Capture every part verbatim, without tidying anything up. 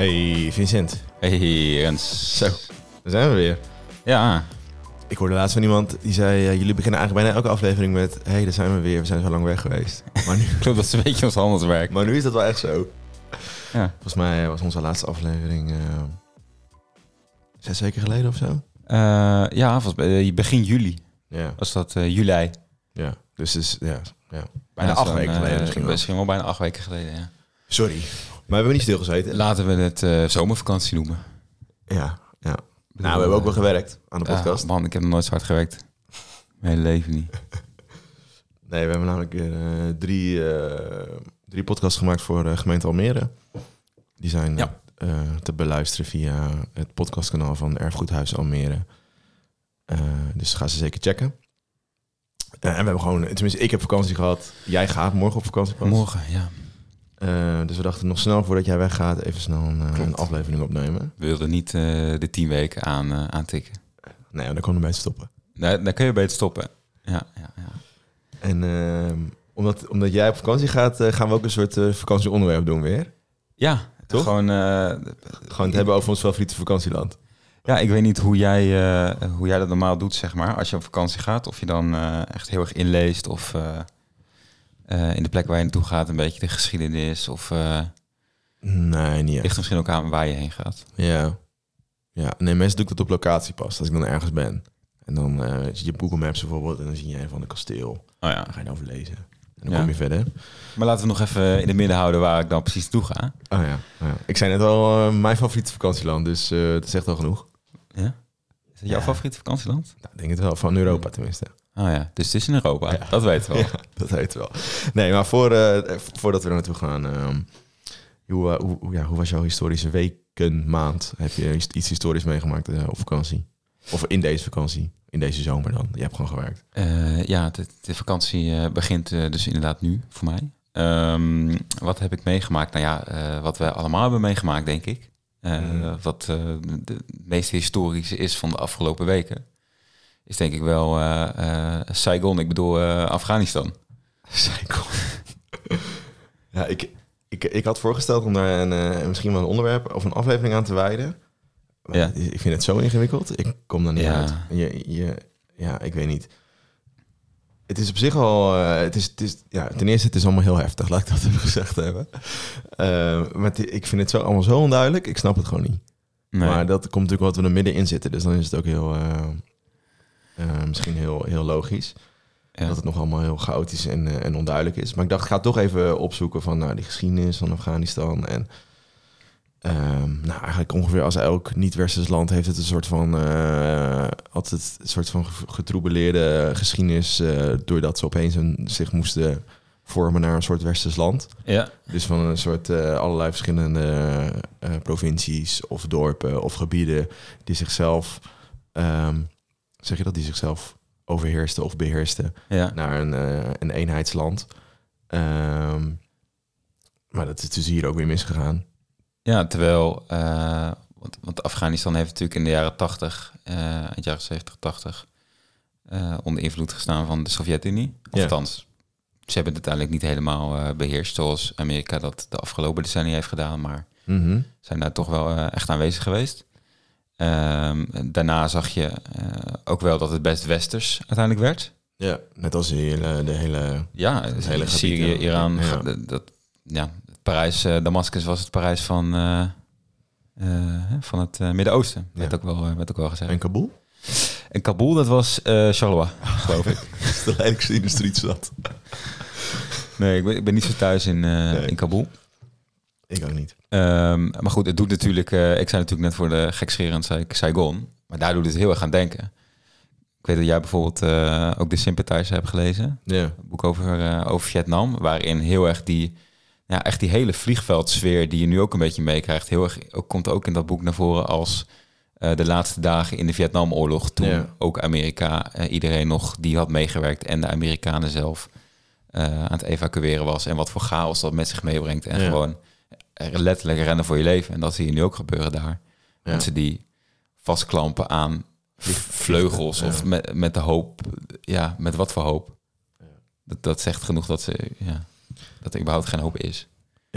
Hey Vincent. Hey Rens. Zo, daar zijn we weer. Ja. Ik hoorde laatst van iemand die zei... Uh, jullie beginnen eigenlijk bijna elke aflevering met... hey, daar zijn we weer, we zijn zo lang weg geweest. Maar nu, Klopt, dat is een beetje ons handelswerk. maar nu is dat wel echt zo. Ja. Volgens mij was onze laatste aflevering... Uh, zes weken geleden of zo. Uh, ja, volgens mij begin juli. Ja. Was dat uh, juli. Ja, dus is ja, ja. bijna ja, acht dan, weken geleden uh, misschien wel. Misschien wel bijna acht weken geleden, ja. Sorry, maar we hebben niet stilgezeten. Laten we het uh, zomervakantie noemen. Ja, ja. Nou, we hebben ook wel gewerkt aan de podcast. Ja, man, ik heb nog nooit zo hard gewerkt. Mijn hele leven niet. Nee, we hebben namelijk uh, drie, uh, drie podcasts gemaakt voor uh, gemeente Almere. Die zijn ja. uh, te beluisteren via het podcastkanaal van Erfgoedhuis Almere. Uh, dus ga ze zeker checken. Uh, en we hebben gewoon, tenminste ik heb vakantie gehad. Jij gaat morgen op vakantie pas. Morgen, ja. Uh, dus we dachten nog snel voordat jij weggaat even snel een, uh, een aflevering opnemen. We wilden niet uh, de tien weken aan, uh, aantikken. Nee, dan kan je beter stoppen. Nee, dan kun je beter stoppen. Ja, ja, ja. En uh, omdat, omdat jij op vakantie gaat, uh, gaan we ook een soort uh, vakantieonderwerp doen weer. Ja, toch? Gewoon, uh, gewoon het hebben over ons favoriete vakantieland. Ja, ik weet niet hoe jij, uh, hoe jij dat normaal doet, zeg maar. Als je op vakantie gaat, of je dan uh, echt heel erg inleest of... Uh, Uh, in de plek waar je naartoe gaat, een beetje de geschiedenis of... Uh, nee, niet echt. Ligt misschien ook aan waar je heen gaat. Ja. Ja, nee, meestal doe ik dat op locatie pas, als ik dan ergens ben. En dan uh, zie je Google Maps bijvoorbeeld en dan zie je een van de kasteel. Oh ja. Dan ga je erover lezen. En dan ja. kom je verder. Maar laten we nog even in het midden houden waar ik dan precies toe ga. Oh ja. Oh ja. Ik zei net al, uh, mijn favoriete vakantieland, dus uh, dat zegt al genoeg. Ja? Is dat jouw ja. favoriete vakantieland? Nou, ik denk het wel, van Europa tenminste. Oh ja, dus het is in Europa. Ja. Dat weten we wel. Ja, dat weten we wel. Nee, maar voor, uh, voordat we er naartoe gaan... Uh, hoe, uh, hoe, ja, hoe was jouw historische weken, maand? Heb je iets historisch meegemaakt uh, op vakantie? Of in deze vakantie? In deze zomer dan? Je hebt gewoon gewerkt. Uh, ja, de, de vakantie uh, begint uh, dus inderdaad nu voor mij. Um, wat heb ik meegemaakt? Nou ja, uh, wat we allemaal hebben meegemaakt, denk ik. Uh, mm. Wat uh, de meest historische is van de afgelopen weken... is denk ik wel uh, uh, Saigon, ik bedoel uh, Afghanistan. Saigon. ja, ik, ik, ik had voorgesteld om daar een, uh, misschien wel een onderwerp of een aflevering aan te wijden. Maar ja. Ik vind het zo ingewikkeld. Ik kom daar niet ja. uit. Je, je, ja, ik weet niet. Het is op zich al... Uh, het is, het is, ja, ten eerste, het is allemaal heel heftig, laat ik dat even gezegd hebben. Uh, maar het, ik vind het zo, allemaal zo onduidelijk. Ik snap het gewoon niet. Nee. Maar dat komt natuurlijk wat we er middenin zitten. Dus dan is het ook heel... Uh, Uh, misschien heel, heel logisch. Ja. Dat het nog allemaal heel chaotisch en, uh, en onduidelijk is. Maar ik dacht, ik ga toch even opzoeken van nou, die geschiedenis van Afghanistan. En uh, nou, eigenlijk ongeveer als elk niet-westers land heeft het een soort van uh, altijd een soort van getroubeleerde geschiedenis. Uh, doordat ze opeens een, zich moesten vormen naar een soort westers land. Ja. Dus van een soort uh, allerlei verschillende uh, provincies of dorpen of gebieden die zichzelf... Um, zeg je dat die zichzelf overheerste of beheerste ja. naar een, uh, een eenheidsland. Um, maar dat is dus hier ook weer misgegaan. Ja, terwijl... Uh, want, want Afghanistan heeft natuurlijk in de jaren tachtig, uh, eind jaren zeventig, tachtig... Uh, onder invloed gestaan van de Sovjet-Unie. Of ja. althans, ze hebben het uiteindelijk niet helemaal uh, beheerst... zoals Amerika dat de afgelopen decennia heeft gedaan... maar mm-hmm. zijn daar toch wel uh, echt aanwezig geweest... Um, daarna zag je uh, ook wel dat het best westers uiteindelijk werd. Ja, net als de hele... De hele ja, het hele Syrië, gebied, Iran. Ja. Dat, dat, ja, Parijs, uh, Damascus was het Parijs van, uh, uh, van het uh, Midden-Oosten. Ja. Werd, ook wel, uh, werd ook wel gezegd. En Kabul? En Kabul, dat was uh, Charleroi, geloof ik. Dat is de leidelijkste industriestad. Nee, ik ben, ik ben niet zo thuis in, uh, nee. in Kabul. Ik ook niet. Um, maar goed, het doet natuurlijk... Uh, ik zei natuurlijk net voor de gekscherend, zei ik Saigon. Maar daar doet het heel erg aan denken. Ik weet dat jij bijvoorbeeld uh, ook de Sympathizer hebt gelezen. Ja. Een boek over, uh, over Vietnam. Waarin heel erg die... Ja, echt die hele vliegveldsfeer die je nu ook een beetje meekrijgt. Heel erg, ook, komt ook in dat boek naar voren als uh, de laatste dagen in de Vietnamoorlog. Toen ja. ook Amerika, uh, iedereen nog die had meegewerkt. En de Amerikanen zelf uh, aan het evacueren was. En wat voor chaos dat met zich meebrengt. En ja. gewoon... letterlijk rennen voor je leven. En dat zie je nu ook gebeuren daar. Ja. Mensen die vastklampen aan vleugels ja. of met, met de hoop. Ja, met wat voor hoop. Ja. Dat, dat zegt genoeg dat, ze, ja, dat er überhaupt geen hoop is. Ja.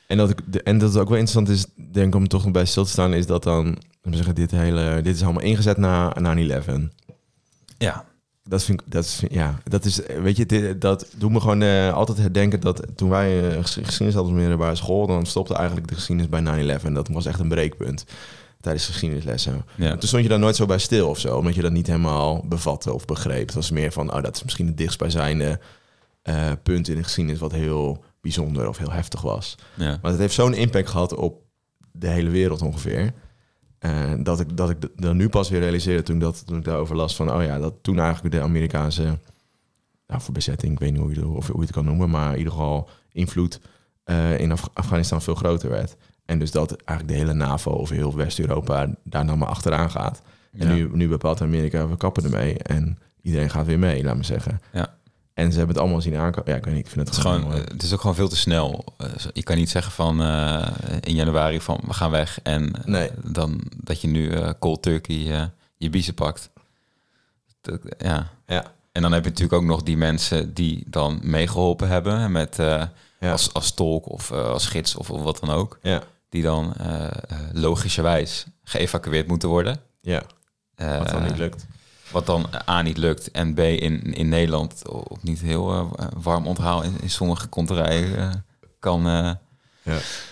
En dat, ik, en dat het ook wel interessant is, denk ik, om toch nog bij stil te staan, is dat dan, we zeggen, dit hele, dit is allemaal ingezet na nine eleven. Ja. Dat vind ik, dat is, ja, dat is, weet je, dit, dat doet me gewoon uh, altijd herdenken dat toen wij uh, geschiedenis hadden op middelbare school, dan stopte eigenlijk de geschiedenis bij nine eleven. Dat was echt een breekpunt tijdens geschiedenislessen. Ja. Toen stond je daar nooit zo bij stil of zo, omdat je dat niet helemaal bevatte of begreep. Het was meer van, oh, dat is misschien het dichtstbijzijnde uh, punt in de geschiedenis wat heel bijzonder of heel heftig was. Ja. Maar het heeft zo'n impact gehad op de hele wereld ongeveer. Uh, dat ik dat ik dan nu pas weer realiseerde toen, dat, toen ik daarover las van, oh ja, dat toen eigenlijk de Amerikaanse, nou, voor bezetting, ik weet niet hoe je, of hoe je het kan noemen, maar in ieder geval invloed uh, in Af- Afghanistan veel groter werd. En dus dat eigenlijk de hele NAVO of heel West-Europa daar dan maar achteraan gaat. En ja. nu, nu bepaalt Amerika, we kappen ermee en iedereen gaat weer mee, laat me zeggen. Ja. En ze hebben het allemaal zien aankomen. Ja, ik weet niet, ik vind het, het gewoon... gewoon het is ook gewoon veel te snel. Je kan niet zeggen van uh, in januari van we gaan weg. En nee. uh, dan dat je nu uh, cold turkey uh, je biezen pakt. Dat, ja. ja. En dan heb je natuurlijk ook nog die mensen die dan meegeholpen hebben. Met uh, ja. als, als tolk of uh, als gids of, of wat dan ook. Ja. Die dan uh, logischerwijs geëvacueerd moeten worden. Ja, uh, wat dan niet lukt. Wat dan A niet lukt en B in, in Nederland op niet heel uh, warm onthaal in, in sommige konterijen uh, kan, uh, ja.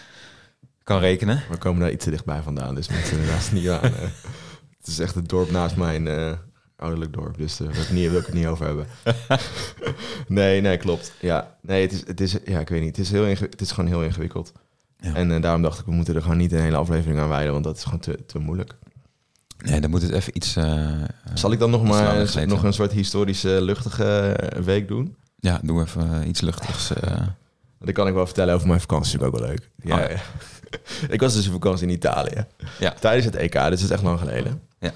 kan rekenen. We komen daar iets te dichtbij vandaan, dus mensen inderdaad niet aan. Uh, het is echt het dorp naast mijn uh, ouderlijk dorp, dus daar uh, wil, wil ik het niet over hebben. nee, nee, klopt. Ja, nee, het is, het is, ja, ik weet niet. Het is, heel inge- het is gewoon heel ingewikkeld. Ja. En uh, daarom dacht ik, we moeten er gewoon niet een hele aflevering aan wijden, want dat is gewoon te, te moeilijk. Nee, dan moet het even iets... Uh, Zal ik dan nog maar een, nog een soort historische luchtige week doen? Ja, doe even uh, iets luchtigs. Uh. Dat kan ik wel vertellen over mijn vakantie, is ook wel leuk. Ja, oh. ja. Ik was dus op vakantie in Italië. Ja. Tijdens het E K, dus dat is echt lang geleden. Ja.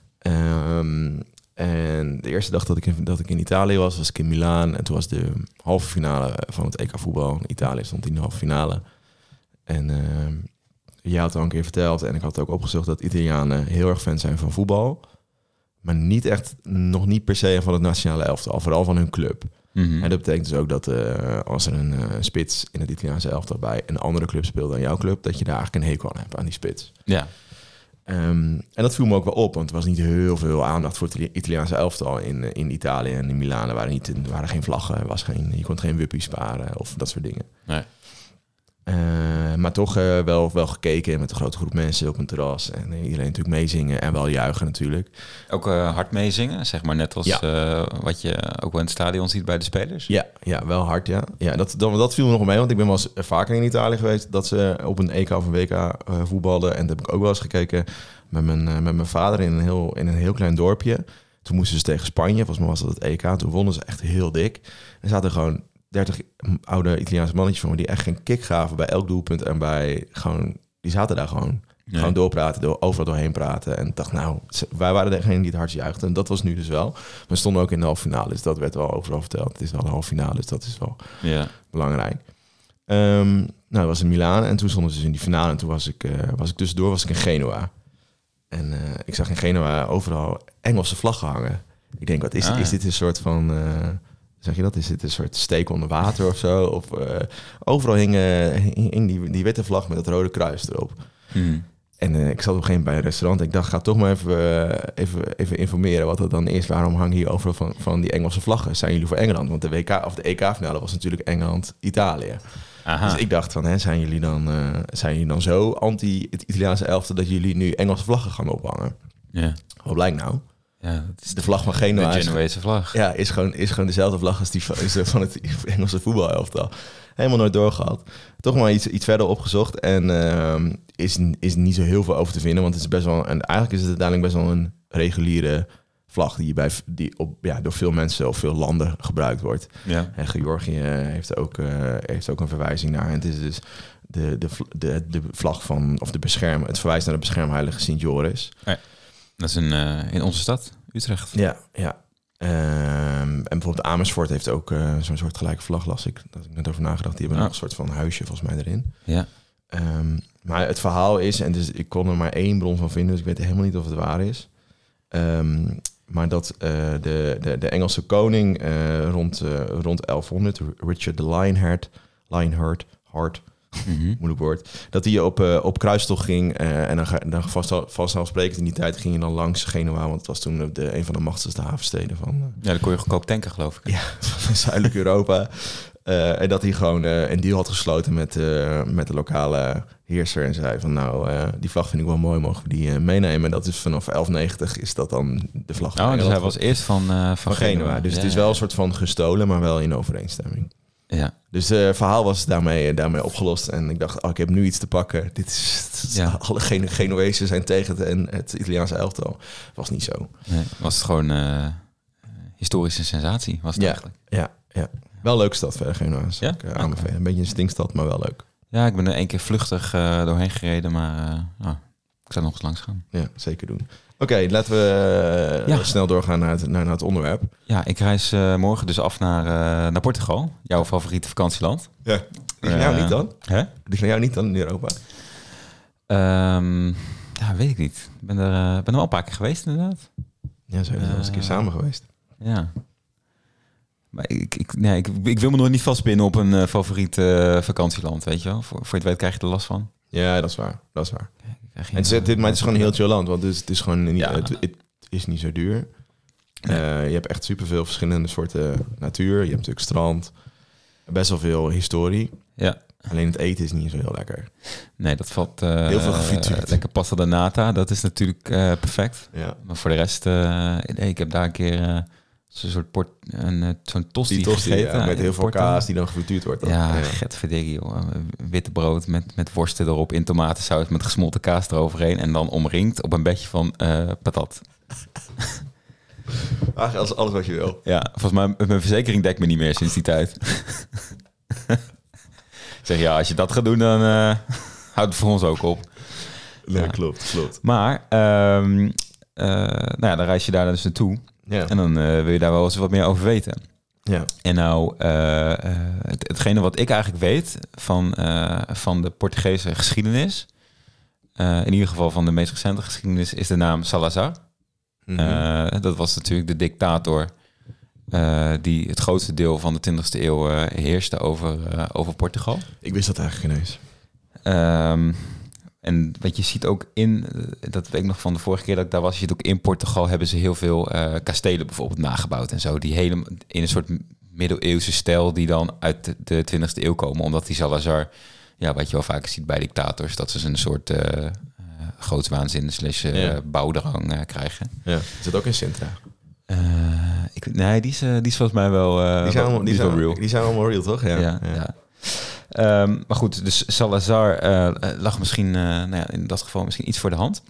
Um, en de eerste dag dat ik, in, dat ik in Italië was, was ik in Milaan. En toen was de halve finale van het E K voetbal. Italië stond in de halve finale. En... Uh, Je had het al een keer verteld en ik had ook opgezocht dat Italianen heel erg fan zijn van voetbal. Maar niet echt, nog niet per se van het nationale elftal, vooral van hun club. Mm-hmm. En dat betekent dus ook dat uh, als er een uh, spits in het Italiaanse elftal bij een andere club speelt dan jouw club, dat je daar eigenlijk een hekel aan hebt aan die spits. Ja. Um, en dat viel me ook wel op, want er was niet heel veel aandacht voor het Italiaanse elftal in, in Italië en in Milaan. Er waren, niet, er waren geen vlaggen, er was geen, je kon geen wuppies sparen of dat soort dingen. Nee. Uh, maar toch uh, wel, wel gekeken met een grote groep mensen op een terras. En uh, iedereen natuurlijk meezingen en wel juichen natuurlijk. Ook uh, hard meezingen, zeg maar net als ja. uh, wat je ook wel in het stadion ziet bij de spelers? Ja, ja wel hard, ja. ja dat, dat, dat viel me nog mee, want ik ben wel eens vaker in Italië geweest dat ze op een E K of een W K uh, voetbalden. En dat heb ik ook wel eens gekeken met mijn, uh, met mijn vader in een, heel, in een heel klein dorpje. Toen moesten ze tegen Spanje, volgens mij was dat het E K. Toen wonnen ze echt heel dik. En zaten gewoon dertig oude Italiaanse mannetjes van me die echt geen kick gaven bij elk doelpunt en bij gewoon, die zaten daar gewoon. Nee. Gewoon doorpraten, door, overal doorheen praten. En ik dacht, nou, wij waren degene die het hardst juichten. En dat was nu dus wel. We stonden ook in de halve finale, dus dat werd wel overal verteld. Het is wel de halve finale, dus dat is wel ja. belangrijk. Um, nou, dat was in Milaan en toen stonden ze dus in die finale. En toen was ik, uh, was ik tussendoor, was ik in Genua. En uh, ik zag in Genua overal Engelse vlaggen hangen. Ik denk, wat is dit? Ah, ja. Is dit een soort van... Uh, zeg je dat? Is dit een soort steek onder water of zo? Of uh, overal hing, uh, hing die, die witte vlag met het rode kruis erop. Hmm. En uh, ik zat op een gegeven moment bij een restaurant. Ik dacht, ga toch maar even, uh, even, even informeren wat dat dan is. Waarom hangen hier overal van, van die Engelse vlaggen? Zijn jullie voor Engeland? Want de W K of de E K-finale was natuurlijk Engeland-Italië. Dus ik dacht van, hè, zijn jullie dan, uh, zijn jullie dan zo anti het Italiaanse elftal dat jullie nu Engelse vlaggen gaan ophangen? Ja. Wat blijkt nou? Ja, dat is de vlag van Genua. De Genuese vlag. Ja, is gewoon, is gewoon dezelfde vlag als die van, is van het Engelse voetbalelftal. Helemaal nooit doorgehad. Toch maar iets, iets verder opgezocht. En uh, is, is niet zo heel veel over te vinden. Want het is best wel. En eigenlijk is het uiteindelijk best wel een reguliere vlag die, bij, die op, ja, door veel mensen of veel landen gebruikt wordt. Ja. En Georgië heeft ook, uh, heeft ook een verwijzing naar. En het is dus de, de, de, de vlag van, of de bescherm, het verwijst naar de beschermheilige Sint Joris. Ja. Dat is in, uh, in onze stad, Utrecht. Ja, ja. Um, en bijvoorbeeld Amersfoort heeft ook uh, zo'n soort gelijke vlag, las ik. Dat ik net over nagedacht. Die hebben oh. nog een soort van huisje volgens mij erin. Ja. Um, maar het verhaal is, en dus ik kon er maar één bron van vinden, dus ik weet helemaal niet of het waar is. Um, maar dat uh, de, de, de Engelse koning uh, rond, uh, rond elfhonderd, Richard de Lionheart, Lionheart, Hart, mm-hmm. moeilijk woord, dat hij op, uh, op kruistocht ging. Uh, en dan, ga, dan vast, vanzelfsprekend in die tijd ging je dan langs Genua, want het was toen de, een van de machtigste havensteden van... Uh, ja, dan kon je goedkoop tanken, geloof ik. Ja, van zuidelijk Europa. Uh, en dat hij gewoon uh, een deal had gesloten met, uh, met de lokale heerser en zei van nou, uh, die vlag vind ik wel mooi, mogen we die uh, meenemen. En dat is vanaf elf negentig is dat dan de vlag. Oh, dus hij was eerst van, uh, van, van Genua. Genua. Dus ja, het is wel een soort van gestolen, maar wel in overeenstemming. Ja. Dus het uh, verhaal was daarmee, daarmee opgelost. En ik dacht, oh, ik heb nu iets te pakken. Dit is, is ja. Alle Genu- Genuezen zijn tegen het, en het Italiaanse elftal. Was niet zo. Nee, was het gewoon uh, historische sensatie, was het ja, eigenlijk. Ja, ja. Wel leuke stad verder, Genua. Ja? Ik, uh, aanbevelen. Een beetje een stinkstad, maar wel leuk. Ja, ik ben er één keer vluchtig uh, doorheen gereden, maar uh, oh, ik zou nog eens langs gaan. Ja, zeker doen. Oké, okay, laten we uh, ja. snel doorgaan naar het, naar, naar het onderwerp. Ja, ik reis uh, morgen dus af naar, uh, naar Portugal, jouw favoriete vakantieland. Ja, die van jou uh, niet dan? Hè? Die van jou niet dan in Europa? Um, ja, weet ik niet. Ik ben er, uh, ben er wel een paar keer geweest inderdaad. Ja, zijn we uh, wel eens een keer samen geweest. Ja. Maar ik, ik, nee, ik, ik wil me nog niet vastbinden op een uh, favoriet uh, vakantieland, weet je wel. Voor, voor je het weet krijg je er last van. Ja, dat is waar. Dat is waar. En het, is, dit, maar het is gewoon een heel chill land, want het is, het is gewoon niet, ja. het, het is niet zo duur. Nee. Uh, je hebt echt superveel verschillende soorten natuur. Je hebt natuurlijk strand, best wel veel historie. Ja. Alleen het eten is niet zo heel lekker. Nee, dat valt uh, heel veel gefrituurd. Lekker pasta de nata, dat is natuurlijk uh, perfect. Ja. Maar voor de rest, uh, nee, ik heb daar een keer uh, zo'n soort port, een, uh, zo'n tosti, die tosti gegeten. Ja, met heel veel Porto. kaas die dan gefrituurd wordt. Dan. Ja, ja. getverdikke, joh. Witte brood met, met worsten erop in tomatensaus met gesmolten kaas eroverheen en dan omringd op een bedje van uh, patat. Ach, alles, alles wat je wil. Ja, volgens mij, mijn verzekering dekt me niet meer sinds die tijd. Ik zeg, ja, als je dat gaat doen, dan uh, houdt het voor ons ook op. Nee, ja. klopt, klopt. Maar, um, uh, nou ja, dan reis je daar dus naartoe. Ja. En dan uh, wil je daar wel eens wat meer over weten. Ja. En nou, uh, uh, het, hetgene wat ik eigenlijk weet van, uh, van de Portugese geschiedenis, uh, in ieder geval van de meest recente geschiedenis, is de naam Salazar. Mm-hmm. Uh, dat was natuurlijk de dictator uh, die het grootste deel van de twintigste eeuw uh, heerste over, uh, over Portugal. Ik wist dat eigenlijk ineens. Um, en wat je ziet ook in, dat weet ik nog van de vorige keer dat ik daar was, je ziet ook in Portugal hebben ze heel veel uh, kastelen bijvoorbeeld nagebouwd en zo, die helemaal in een soort middeleeuwse stijl die dan uit de twintigste eeuw komen, omdat die Salazar, ja, wat je wel vaak ziet bij dictators, dat ze een soort uh, uh, grootswaanzin slash uh, ja. bouwdrang uh, krijgen. Ja. Is dat ook in Sintra? Uh, ik, nee, die is, uh, die is volgens mij wel, uh, die zijn allemaal, die die is zijn, wel real. Die zijn allemaal real, toch? Ja. ja, ja. ja. Um, maar goed, dus Salazar uh, lag misschien, uh, nou ja, in dat geval misschien iets voor de hand.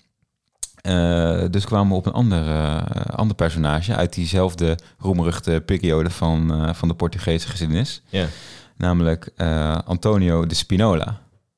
Uh, dus kwamen we op een ander, uh, ander personage uit diezelfde roemruchte periode van, uh, van de Portugese geschiedenis. Ja. Namelijk uh, Antonio de Spinola.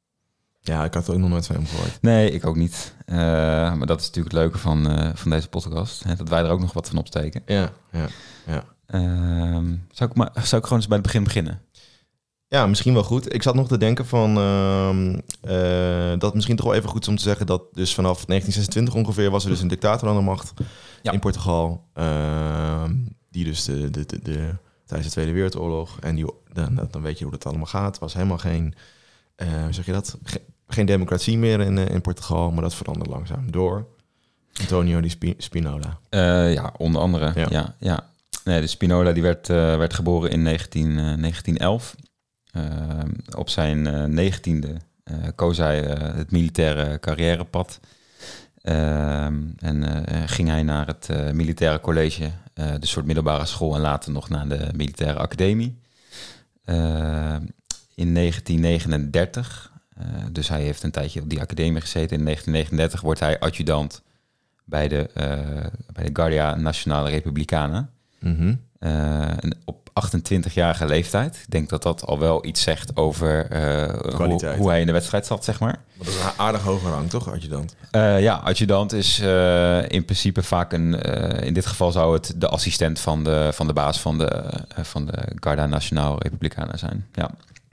Ja, ik had er ook nog nooit van hem gehoord. Nee, ik ook niet. Uh, maar dat is natuurlijk het leuke van, uh, van deze podcast. Hè, dat wij er ook nog wat van opsteken. Ja, ja, ja. Uh, zou, ik maar, zou ik gewoon eens bij het begin beginnen? Ja, misschien wel goed. Ik zat nog te denken van uh, uh, dat misschien toch wel even goed is om te zeggen dat dus vanaf negentien zesentwintig ongeveer was er dus een dictator aan de macht ja. in Portugal. Uh, die dus de, de, de, de, tijdens de Tweede Wereldoorlog. En die, dan, dan weet je hoe dat allemaal gaat. Het was helemaal geen, uh, hoe zeg je dat? Ge, geen democratie meer in, uh, in Portugal, maar dat veranderde langzaam door Antonio di Spi- Spinola. Uh, ja, onder andere. Ja. Ja, ja. Nee, de Spinola die werd, uh, werd geboren in negentien elf. Uh, op zijn uh, negentiende uh, koos hij uh, het militaire carrièrepad. Uh, en uh, ging hij naar het uh, militaire college, uh, de soort middelbare school en later nog naar de militaire academie. Uh, in negentien negenendertig, uh, dus hij heeft een tijdje op die academie gezeten. In negentien negenendertig wordt hij adjudant bij de, uh, bij de Guardia Nacional Republicana. Mm-hmm. Uh, en op achtentwintigjarige leeftijd. Ik denk dat dat al wel iets zegt over uh, hoe, hoe hij in de wedstrijd zat, zeg maar. Maar dat is een aardig hoge rang, toch, adjudant? Uh, ja, adjudant is uh, in principe vaak een... Uh, in dit geval zou het de assistent van de, van de baas van de, uh, van de Guardia Nacional Republicana zijn. Ja.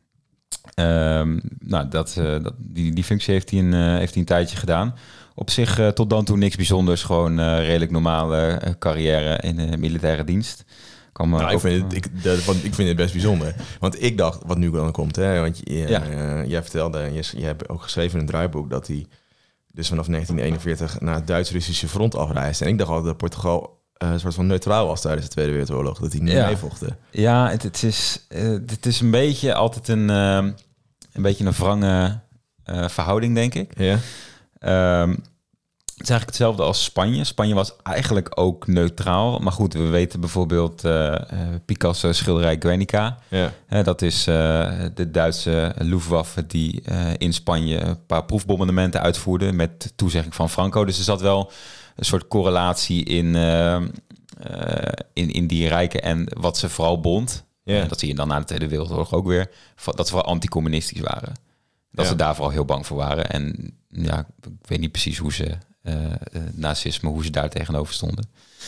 Um, nou, dat, uh, dat, die, die functie heeft hij, een, uh, heeft hij een tijdje gedaan. Op zich uh, tot dan toe niks bijzonders. Gewoon uh, redelijk normale uh, carrière in de militaire dienst. Kwam, nou, ook, ik, vind het, ik, dat, want ik vind het best bijzonder. Want ik dacht, wat nu dan komt, hè, want je, Ja. uh, jij vertelde, je, je hebt ook geschreven in een draaiboek dat hij dus vanaf negentien eenenveertig naar het Duits-Russische front afreisde. En ik dacht altijd dat Portugal uh, een soort van neutraal was tijdens de Tweede Wereldoorlog, dat hij niet ja. meevochten. Ja, het, het, is, uh, het is een beetje altijd een, uh, een beetje een wrange uh, verhouding, denk ik. Ja. Um, Het is eigenlijk hetzelfde als Spanje. Spanje was eigenlijk ook neutraal. Maar goed, we weten bijvoorbeeld uh, uh, Picasso's schilderij Guernica. Ja. Uh, dat is uh, de Duitse Luftwaffe die uh, in Spanje een paar proefbombardementen uitvoerde met toezegging van Franco. Dus er zat wel een soort correlatie in, uh, uh, in, in die rijken en wat ze vooral bond. Ja. Uh, dat zie je dan na de Tweede Wereldoorlog ook weer. Dat ze vooral anticommunistisch waren. Dat ja. ze daar vooral heel bang voor waren. En ja, ik weet niet precies hoe ze... Uh, uh, nazisme, hoe ze daar tegenover stonden.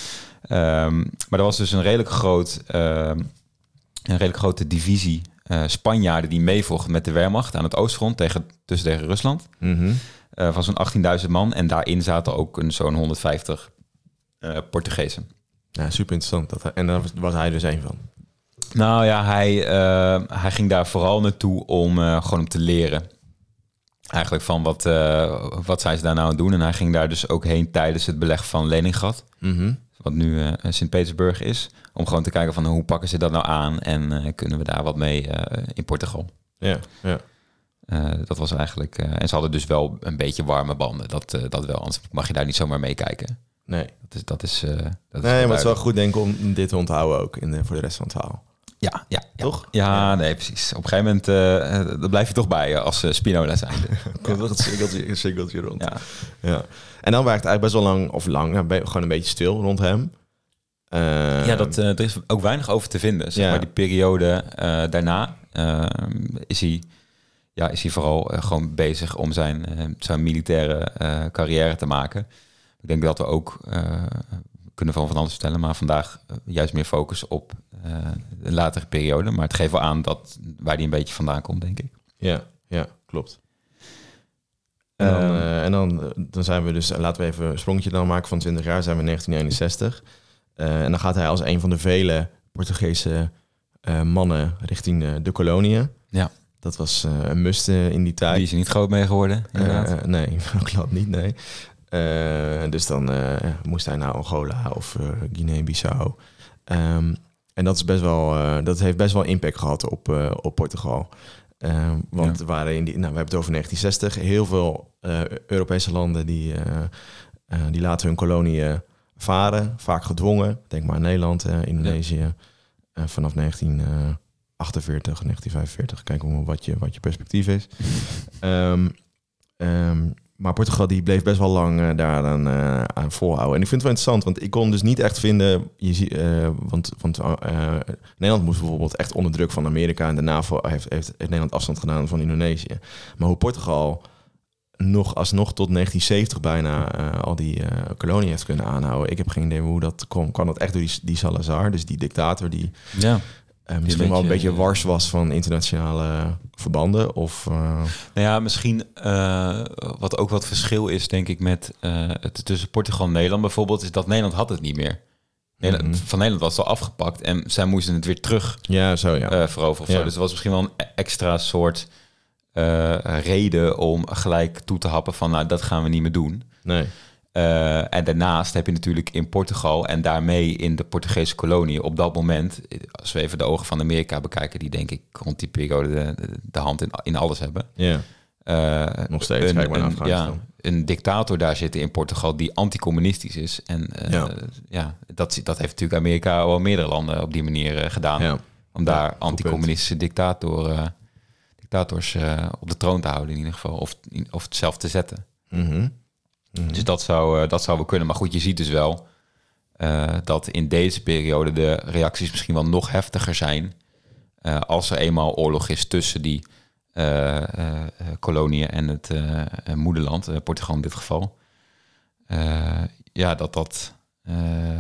Um, maar er was dus een redelijk groot, uh, een redelijk grote divisie uh, Spanjaarden die meevochten met de Wehrmacht aan het oostfront tegen, tussen tegen Rusland. Mm-hmm. Uh, van zo'n achttienduizend man en daarin zaten ook een, zo'n honderdvijftig uh, Portugezen. Ja, super interessant. Dat hij, en daar was, was hij dus een van. Nou ja, hij, uh, hij ging daar vooral naartoe om uh, gewoon om te leren. Eigenlijk van wat, uh, wat zijn ze daar nou aan het doen. En hij ging daar dus ook heen tijdens het beleg van Leningrad. Mm-hmm. Wat nu uh, Sint-Petersburg is. Om gewoon te kijken van hoe pakken ze dat nou aan. En uh, kunnen we daar wat mee uh, in Portugal. Ja, ja. Uh, dat was eigenlijk... Uh, en ze hadden dus wel een beetje warme banden. Dat, uh, dat wel, anders mag je daar niet zomaar meekijken. Nee. Dat is, dat is, uh, dat is nee, maar het is wel goed denk ik om dit te onthouden ook in de, voor de rest van het verhaal. Ja, ja, ja. Toch? Ja, ja, nee, precies. Op een gegeven moment uh, dan blijf je toch bij uh, als uh, Spinola zijn. Komt toch het cirkeltje, een cirkeltje rond. Ja. Ja. En dan werkt het eigenlijk best wel lang, of lang, nou, gewoon een beetje stil rond hem. Uh, ja, dat, uh, er is ook weinig over te vinden. Zeg ja. maar die periode uh, daarna uh, is hij... Ja, is hij vooral uh, gewoon bezig om zijn, uh, zijn militaire uh, carrière te maken. Ik denk dat we ook uh, kunnen van van alles vertellen, maar vandaag uh, juist meer focus op uh, de latere periode. Maar het geeft wel aan dat waar hij een beetje vandaan komt, denk ik. Ja, ja, klopt. En dan, um, uh, en dan, dan zijn we dus, laten we even een sprongetje dan maken van twintig jaar, zijn we in negentien eenenzestig. Uh, en dan gaat hij als een van de vele Portugese uh, mannen richting uh, de koloniën. Ja. Dat was uh, een must uh, in die tijd. Die is er niet groot mee geworden, inderdaad. Uh, nee, glad niet, nee. Uh, dus dan uh, moest hij naar Angola of uh, Guinea-Bissau. Um, en dat is best wel, uh, dat heeft best wel impact gehad op, uh, op Portugal. Uh, want ja. er waren in die, nou, we hebben het over negentien zestig, heel veel uh, Europese landen die, uh, uh, die laten hun koloniën varen, vaak gedwongen. Denk maar aan Nederland, uh, Indonesië, ja. uh, vanaf negentien achtenveertig, negentien vijfenveertig. Kijk maar wat je, wat je perspectief is. um, um, maar Portugal die bleef best wel lang uh, daaraan uh, aan volhouden. En ik vind het wel interessant, want ik kon dus niet echt vinden... Je zie, uh, want want uh, Nederland moest bijvoorbeeld echt onder druk van Amerika... en de NAVO heeft, heeft, heeft Nederland afstand gedaan van Indonesië. Maar hoe Portugal nog alsnog tot negentien zeventig bijna uh, al die uh, koloniën heeft kunnen aanhouden... ik heb geen idee hoe dat kon. Kan dat echt door die, die Salazar, dus die dictator die... Ja. Uh, misschien wel een beetje wars was van internationale verbanden? Of, uh... Nou ja, misschien uh, wat ook wat verschil is, denk ik, met uh, het tussen Portugal en Nederland bijvoorbeeld, is dat Nederland had het niet meer. Nederland, mm-hmm. Van Nederland was het al afgepakt en zij moesten het weer terug ja, zo, ja. uh, veroveren. Of ja. zo. Dus het was misschien wel een extra soort uh, reden om gelijk toe te happen van, nou, dat gaan we niet meer doen. Nee. Uh, en daarnaast heb je natuurlijk in Portugal en daarmee in de Portugese kolonie op dat moment, als we even de ogen van Amerika bekijken, die denk ik rond die periode de, de hand in, in alles hebben. Ja. Uh, Nog steeds. Een, kijk maar een, ja, een dictator daar zitten in Portugal die anticommunistisch is. En uh, ja, ja dat, dat heeft natuurlijk Amerika wel meerdere landen op die manier uh, gedaan. Ja. Om daar ja, anticommunistische dictator, uh, dictators uh, op de troon te houden in ieder geval. Of, of het zelf te zetten. Mm-hmm. Mm-hmm. Dus dat zou, uh, dat zou wel kunnen. Maar goed, je ziet dus wel uh, dat in deze periode de reacties misschien wel nog heftiger zijn. Uh, als er eenmaal oorlog is tussen die uh, uh, koloniën en het uh, moederland, uh, Portugal in dit geval. Uh, ja, dat dat, uh,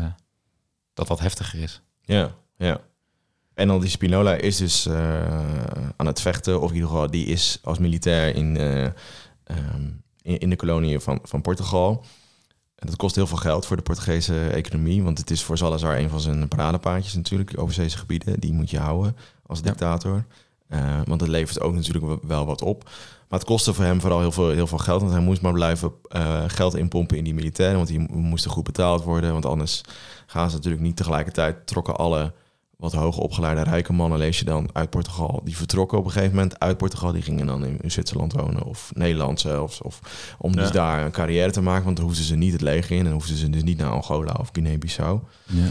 dat dat heftiger is. Ja, ja. En dan die Spinola is dus uh, aan het vechten, of in ieder geval die is als militair in... Uh, um, in de koloniën van, van Portugal. En dat kost heel veel geld voor de Portugese economie. Want het is voor Salazar een van zijn paradepaadjes natuurlijk. Die overzeese gebieden, die moet je houden als ja. dictator. Uh, want het levert ook natuurlijk wel wat op. Maar het kostte voor hem vooral heel veel, heel veel geld. Want hij moest maar blijven uh, geld inpompen in die militairen. Want die moesten goed betaald worden. Want anders gaan ze natuurlijk niet tegelijkertijd. Trokken alle wat hoog opgeleide rijke mannen, lees je dan, uit Portugal. Die vertrokken op een gegeven moment uit Portugal. Die gingen dan in, in Zwitserland wonen of Nederland zelfs. Of, om dus ja. daar een carrière te maken. Want dan hoefden ze niet het leger in. En hoefden ze dus niet naar Angola of Guinea-Bissau. Ja.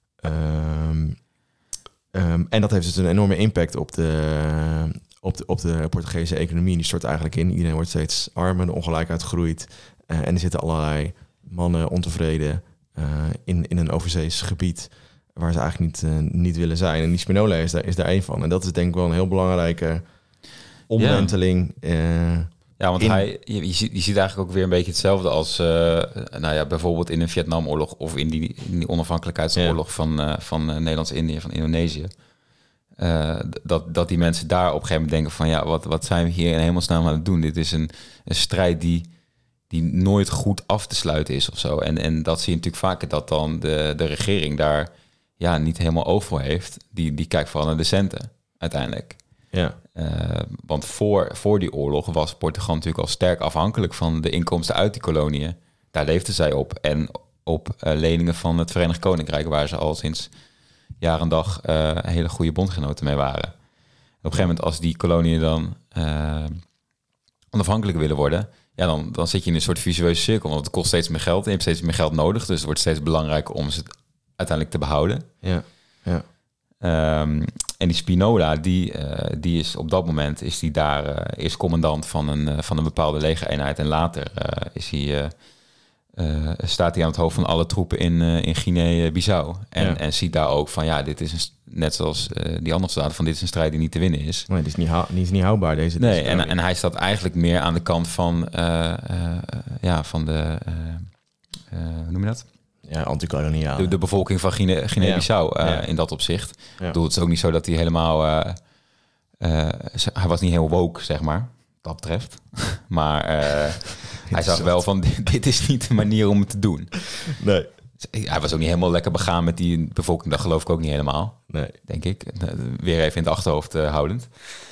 Um, um, en dat heeft dus een enorme impact op de... Op de, op de Portugese economie. Die stort eigenlijk in. Iedereen wordt steeds armer, de ongelijkheid groeit. Uh, en er zitten allerlei mannen ontevreden uh, in, in een overzees gebied waar ze eigenlijk niet, uh, niet willen zijn. En die Spinola is daar, is daar één van. En dat is denk ik wel een heel belangrijke omwenteling. Ja, uh, ja want in... hij, je, je, ziet, je ziet eigenlijk ook weer een beetje hetzelfde als uh, nou ja, bijvoorbeeld in de Vietnamoorlog of in die, in die onafhankelijkheidsoorlog ja. van, uh, van uh, Nederlands-Indië, van Indonesië. Uh, dat, dat die mensen daar op een gegeven moment denken van ja, wat, wat zijn we hier in hemelsnaam aan het doen? Dit is een, een strijd die, die nooit goed af te sluiten is of zo. En, en dat zie je natuurlijk vaker, dat dan de, de regering daar ja, niet helemaal oog voor heeft. Die, die kijkt vooral naar de centen uiteindelijk. Ja. Uh, want voor, voor die oorlog was Portugal natuurlijk al sterk afhankelijk van de inkomsten uit die koloniën. Daar leefden zij op. En op uh, leningen van het Verenigd Koninkrijk, waar ze al sinds jaar en dag uh, hele goede bondgenoten mee waren. En op een gegeven moment, als die koloniën dan uh, onafhankelijk willen worden, ja, dan, dan zit je in een soort visueuze cirkel. Want het kost steeds meer geld en je hebt steeds meer geld nodig. Dus het wordt steeds belangrijker om ze uiteindelijk te behouden. Ja, ja. Um, en die Spinola, die, uh, die is op dat moment is die daar uh, eerst commandant van een, uh, van een bepaalde legereenheid. En later uh, is hij... Uh, Uh, staat hij aan het hoofd van alle troepen in, uh, in Guinea-Bissau. En, ja. en ziet daar ook van, ja, dit is een, net zoals uh, die andere staat van dit is een strijd die niet te winnen is. Nee, die is niet, hou, die is niet houdbaar, deze. Nee, en, en hij staat eigenlijk meer aan de kant van, uh, uh, ja, van de, uh, uh, hoe noem je dat? Ja, antikoloniaal. De, de bevolking van Guinea, Guinea-Bissau uh, ja. in dat opzicht. Ja. Ik bedoel, het is ook niet zo dat hij helemaal, uh, uh, hij was niet heel woke, zeg maar, dat betreft. maar... Uh, Hij zag wel van, dit, dit is niet de manier om het te doen. Nee. Hij was ook niet helemaal lekker begaan met die bevolking. Dat geloof ik ook niet helemaal. Nee. Denk ik. Weer even in het achterhoofd uh, houdend.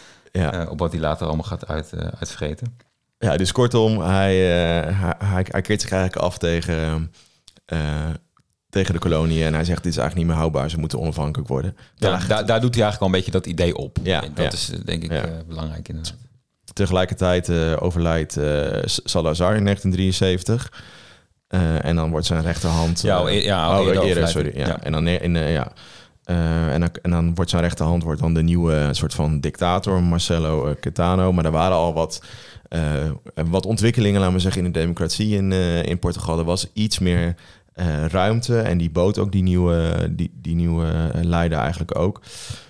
Ja. Uh, op wat hij later allemaal gaat uit, uh, uitvreten. Ja, dus kortom, hij, uh, hij, hij, hij keert zich eigenlijk af tegen, uh, tegen de kolonie. En hij zegt, dit is eigenlijk niet meer houdbaar. Ze moeten onafhankelijk worden. Ja, daar, daar doet hij eigenlijk al een beetje dat idee op. Ja, en dat ja. is denk ik ja. uh, belangrijk inderdaad. Tegelijkertijd uh, overlijdt uh, Salazar in negentien drieënzeventig. Uh, en dan wordt zijn rechterhand... Ja, uh, ja oh, eerder, eerder sorry. Ja. Ja. En, dan, in, uh, ja. uh, en, dan, en dan wordt zijn rechterhand wordt dan de nieuwe soort van dictator, Marcelo uh, Caetano. Maar er waren al wat, uh, wat ontwikkelingen, laten we zeggen, in de democratie in, uh, in Portugal. Er was iets meer uh, ruimte en die bood ook die nieuwe, die, die nieuwe leider eigenlijk ook.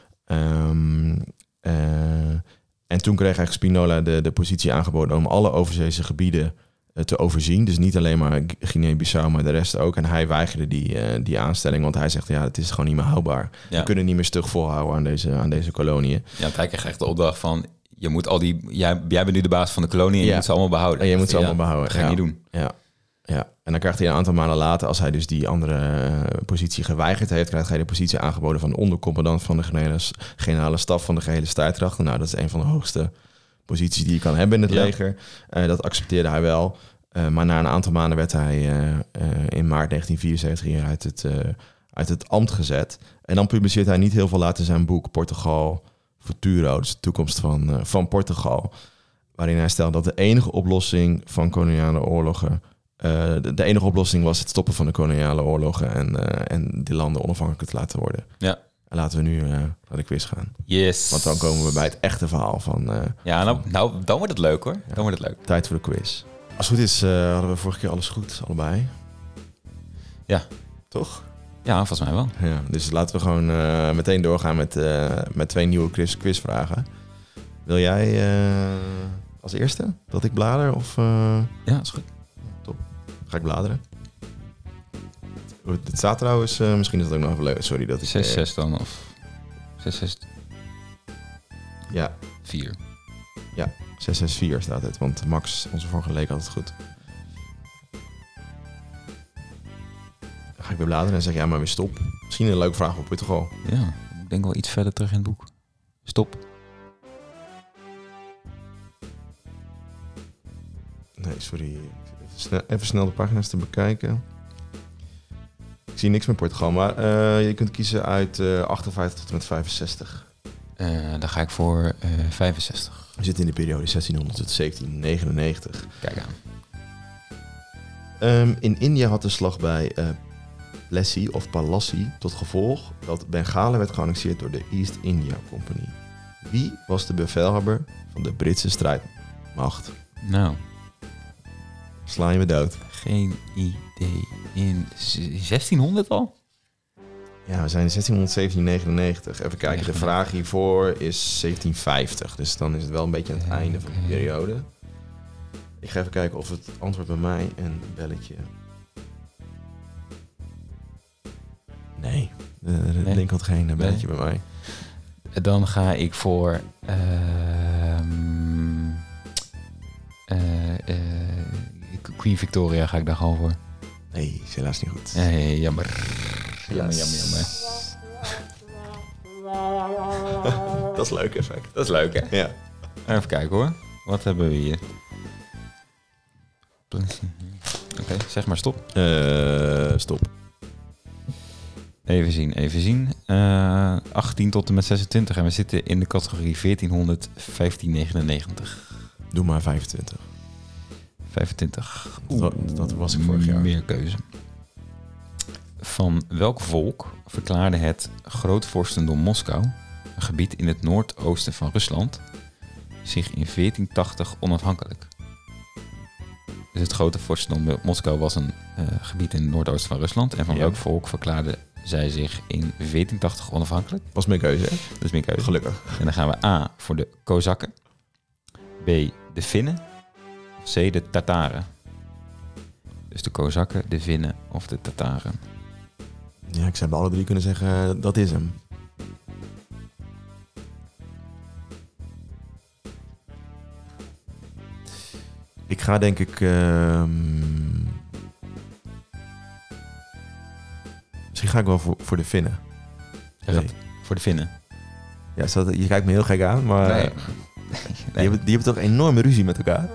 Um, uh, En toen kreeg eigenlijk Spinola de, de positie aangeboden om alle overzeese gebieden uh, te overzien. Dus niet alleen maar Guinea-Bissau, maar de rest ook. En hij weigerde die, uh, die aanstelling, want hij zegt, ja, het is gewoon niet meer houdbaar. Ja. We kunnen niet meer stug volhouden aan deze, aan deze koloniën. Ja, want hij kreeg echt de opdracht van, je moet al die, jij, jij bent nu de baas van de kolonie en ja. je moet ze allemaal behouden. En je moet ze ja, allemaal behouden. Dat ga je ja. niet doen. Ja. Ja, en dan krijgt hij een aantal maanden later, als hij dus die andere uh, positie geweigerd heeft, krijgt hij de positie aangeboden van ondercommandant van de generale, generale staf van de gehele strijdkrachten. Nou, dat is een van de hoogste posities die je kan hebben in het ja. leger. Uh, dat accepteerde hij wel. Uh, maar na een aantal maanden werd hij uh, uh, in maart negentien vierenzeventig hier uit het, uh, uit het ambt gezet. En dan publiceert hij niet heel veel later zijn boek Portugal Futuro, dus de toekomst van, uh, van Portugal. Waarin hij stelt dat de enige oplossing van koloniale oorlogen Uh, de, de enige oplossing was het stoppen van de koloniale oorlogen en, uh, en die landen onafhankelijk te laten worden. Ja. En laten we nu uh, naar de quiz gaan. Yes. Want dan komen we bij het echte verhaal van... Uh, ja, nou, nou, dan wordt het leuk hoor. Ja, dan wordt het leuk. Tijd voor de quiz. Als het goed is, uh, hadden we vorige keer alles goed, allebei. Ja. Toch? Ja, volgens mij wel. Ja, dus laten we gewoon uh, meteen doorgaan met, uh, met twee nieuwe quiz, quizvragen. Wil jij uh, als eerste dat ik blader? Of, uh... Ja, is goed. Ga ik bladeren. Het staat trouwens, uh, misschien is het ook nog even leuk. Sorry dat ik... zes zes dan, of... zes zes... Ja. vier. Ja, zes zes vier staat het. Want Max, onze vorige leek altijd goed. weer bladeren en zeg ja, maar weer stop. Misschien een leuke vraag voor Portugal. Ja, ik denk wel iets verder terug in het boek. Stop. Nee, sorry. Even snel, even snel de pagina's te bekijken. Ik zie niks met Portugal, maar uh, je kunt kiezen uit uh, achtenvijftig tot en met vijfenzestig. Uh, dan ga ik voor uh, vijfenzestig. We zitten in de periode zestienhonderd tot zeventien negenennegentig. Kijk aan. Um, in India had de slag bij uh, Plassey of Palassi tot gevolg dat Bengalen werd geannexeerd door de East India Company. Wie was de bevelhebber van de Britse strijdmacht? Nou. Sla je me dood. Geen idee. In zestienhonderd al? Ja, we zijn in zestienhonderd, zeventien negenennegentig. Even kijken, de vraag hiervoor is zeventienvijftig. Dus dan is het wel een beetje aan het okay. einde van de periode. Ik ga even kijken of het antwoord bij mij een belletje... Nee, de, de nee. link had geen belletje nee. bij mij. Dan ga ik voor... Uh, uh, uh, Queen Victoria ga ik daar gewoon voor. Nee, is helaas niet goed. Nee, jammer. Jammer, jammer, jammer. Dat is leuk effect. Dat is leuk, hè? Ja. Even kijken hoor. Wat hebben we hier? Oké, okay, zeg maar stop. Uh, stop. Even zien, even zien. Uh, achttien tot en met zesentwintig. En we zitten in de categorie veertienhonderd, vijftien negenennegentig. Doe maar vijfentwintig. vijfentwintig. Dat, dat was ik vorig jaar. Meer keuze. Van welk volk verklaarde het grootvorstendom Moskou, een gebied in het noordoosten van Rusland, zich in veertien tachtig onafhankelijk? Dus het grote vorstendom Moskou was een uh, gebied in het noordoosten van Rusland. En van ja. welk volk verklaarde zij zich in veertien tachtig onafhankelijk? Was meer keuze, hè? Dat is meer keuze. Gelukkig. En dan gaan we A voor de Kozakken, B de Finnen, of C de Tataren. Dus de Kozakken, de Finnen of de Tataren. Ja, ik zou bij alle drie kunnen zeggen, dat is hem. Ik ga denk ik... Uh, misschien ga ik wel voor, voor de Finnen. Nee. Voor de Finnen? Ja, dat, je kijkt me heel gek aan, maar... Nee. nee. Die, hebben, die hebben toch enorme ruzie met elkaar?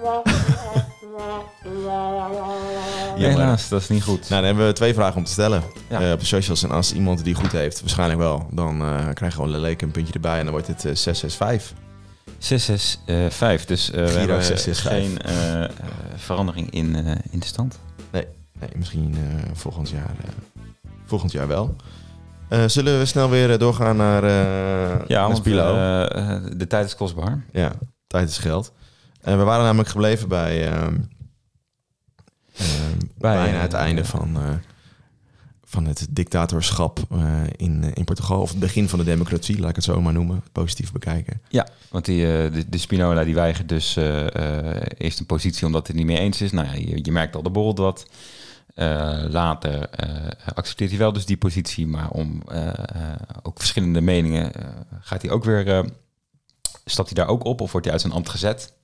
Ja, helaas, dat is niet goed. Nou, dan hebben we twee vragen om te stellen ja. uh, op de socials. En als iemand die goed heeft, waarschijnlijk wel, dan uh, krijgen we gewoon Leleke een puntje erbij en dan wordt het uh, zes zes vijf. zes zes vijf, dus uh, we hebben zes zes vijf. Geen uh, uh, verandering in, uh, in de stand. Nee, nee misschien uh, volgend jaar, uh, volgend jaar wel. Uh, zullen we snel weer doorgaan naar, uh, ja, naar Spilo? Uh, uh, de tijd is kostbaar. Ja, tijd is geld. En uh, we waren namelijk gebleven bij... Uh, Uh, bij bijna het einde uh, van, uh, van het dictatorschap uh, in, uh, in Portugal. Of het begin van de democratie, laat ik het zo maar noemen. Positief bekijken. Ja, want die, uh, de, de Spinola die weigert dus uh, uh, eerst een positie omdat hij het niet mee eens is. Nou ja, je, je merkt al, de borrelt wat. Uh, later uh, accepteert hij wel dus die positie. Maar om uh, uh, ook verschillende meningen uh, gaat hij ook weer... Uh, stapt hij daar ook op of wordt hij uit zijn ambt gezet?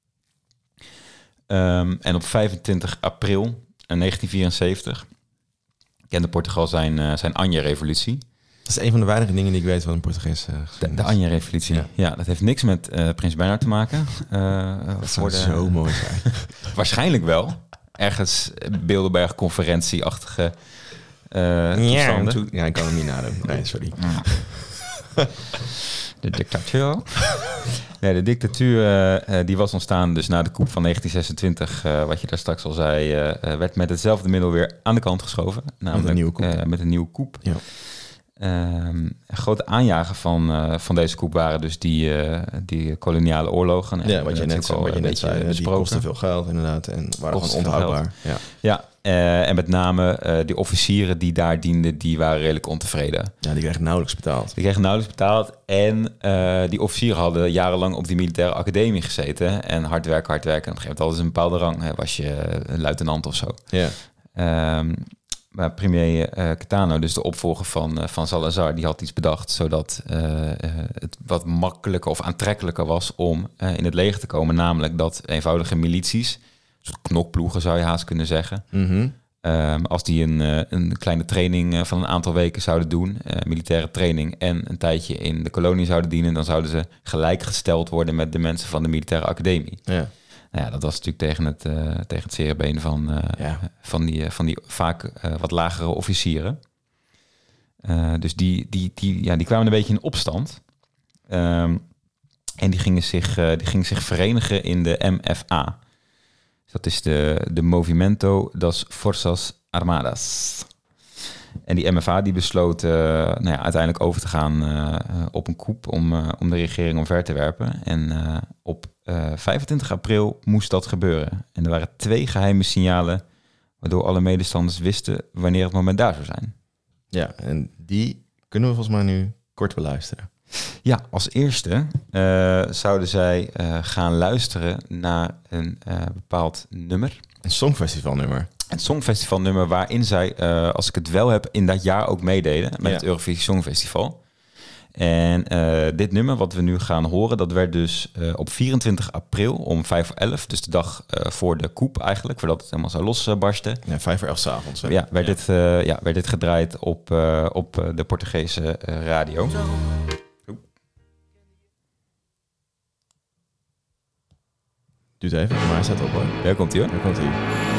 Um, en op vijfentwintig april negentien vierenzeventig kende Portugal zijn, uh, zijn Anje-revolutie. Dat is een van de weinige dingen die ik weet van een Portugees. Uh, de de Anje-revolutie, ja. ja. Dat heeft niks met uh, Prins Bernhard te maken. Uh, dat zou de, zo mooi zijn. Waarschijnlijk wel. Ergens Bilderberg-conferentie-achtige uh, ja, toe, ja, ik kan hem niet nadoen. Nee, sorry. De dictatuur. Nee, de dictatuur uh, die was ontstaan dus na de coup van negentien zesentwintig, uh, wat je daar straks al zei, uh, werd met hetzelfde middel weer aan de kant geschoven. Namelijk, met een nieuwe coup. Uh, met een nieuwe coup. Ja. Um, een grote aanjager van, uh, van deze coup waren dus die, uh, die koloniale oorlogen. Ja, wat je net, zo, wat je net zei, besproken. Die kostten veel geld inderdaad en waren gewoon onhoudbaar. Ja, ja uh, en met name uh, die officieren die daar dienden, die waren redelijk ontevreden. Ja, die kregen nauwelijks betaald. Die kregen nauwelijks betaald en uh, die officieren hadden jarenlang op die militaire academie gezeten en hard werken, hard werken. En op een gegeven moment hadden ze een bepaalde rang, hè, was je een luitenant of zo. Ja. Um, Maar premier uh, Caetano, dus de opvolger van, uh, van Salazar, die had iets bedacht zodat uh, uh, het wat makkelijker of aantrekkelijker was om uh, in het leger te komen. Namelijk dat eenvoudige milities, soort knokploegen zou je haast kunnen zeggen, mm-hmm. Um, als die een, uh, een kleine training uh, van een aantal weken zouden doen, uh, militaire training, en een tijdje in de kolonie zouden dienen, dan zouden ze gelijkgesteld worden met de mensen van de militaire academie. Ja. Nou ja, dat was natuurlijk tegen het, uh, tegen het zere been van, uh, ja. van, die, uh, van die vaak uh, wat lagere officieren. Uh, dus die, die, die, ja, die kwamen een beetje in opstand. Um, en die gingen, zich, uh, die gingen zich verenigen in de M F A. Dat is de, de Movimento das Forças Armadas. En die M F A die besloot uh, nou ja, uiteindelijk over te gaan uh, op een coup om, uh, om de regering omver te werpen. En uh, op uh, vijfentwintig april moest dat gebeuren. En er waren twee geheime signalen waardoor alle medestanders wisten wanneer het moment daar zou zijn. Ja, en die kunnen we volgens mij nu kort beluisteren. Ja, als eerste uh, zouden zij uh, gaan luisteren naar een uh, bepaald nummer. Een songfestivalnummer. Een songfestivalnummer waarin zij, uh, als ik het wel heb, in dat jaar ook meededen met ja. het Eurovisie Songfestival. En uh, dit nummer wat we nu gaan horen, dat werd dus uh, op vierentwintig april om vijf voor elf, dus de dag uh, voor de coup eigenlijk, voordat het helemaal zou losbarsten. Ja, vijf voor elf 's avonds. Hè? Ja, werd, ja. Dit, uh, ja, werd dit gedraaid op, uh, op uh, de Portugese uh, radio. Duurt even, maar hij staat op hoor. Daar komt hij hoor. Daar komt hij.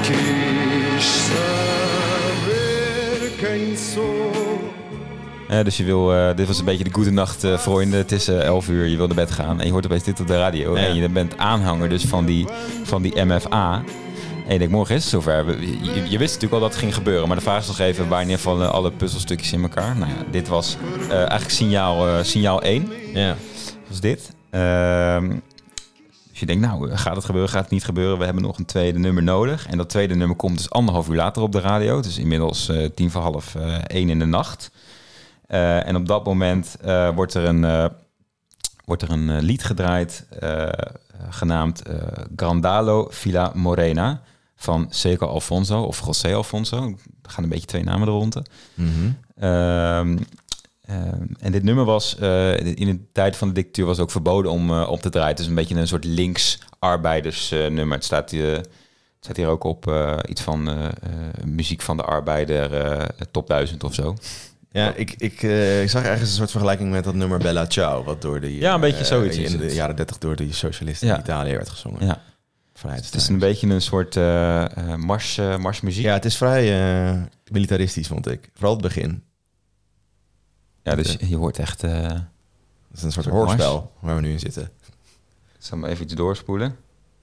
Uh, dus je wil, uh, dit was een beetje de goede nacht uh, vrienden. Het is uh, elf uur, je wil naar bed gaan en je hoort opeens dit op de radio. Ja. En je bent aanhanger dus van die, van die M F A. En je denkt, morgen is het zover. Je, je, je wist natuurlijk al dat het ging gebeuren. Maar de vraag is nog even, wanneer vallen alle puzzelstukjes in elkaar? Nou ja, dit was uh, eigenlijk signaal, uh, signaal één. Ja. Was dit. Uh, dus je denkt, nou, gaat het gebeuren, gaat het niet gebeuren? We hebben nog een tweede nummer nodig. En dat tweede nummer komt dus anderhalf uur later op de radio. Dus inmiddels uh, tien voor half uh, één in de nacht. Uh, en op dat moment uh, wordt er een, uh, wordt er een uh, lied gedraaid uh, genaamd uh, Grandalo Villa Morena van Seco Alfonso of José Alfonso. Er gaan een beetje twee namen er rond. Mm-hmm. Uh, uh, en dit nummer was uh, in de tijd van de dictatuur was ook verboden om uh, op te draaien. Het is een beetje een soort links arbeiders uh, nummer. Het staat, uh, het staat hier ook op uh, iets van uh, uh, muziek van de arbeider, uh, top duizend of zo. Ja, ik, ik, uh, ik zag ergens een soort vergelijking met dat nummer Bella Ciao, wat door de, ja, een beetje zoiets uh, in de het. jaren dertig door de socialisten ja. in Italië werd gezongen. Ja. Vanuit het is een beetje een soort uh, uh, mars, uh, marsmuziek. Ja, het is vrij uh, militaristisch, vond ik. Vooral het begin. Ja, dus je hoort echt... Uh, het is een soort hoorspel mars. Waar we nu in zitten. Ik zal maar even iets doorspoelen.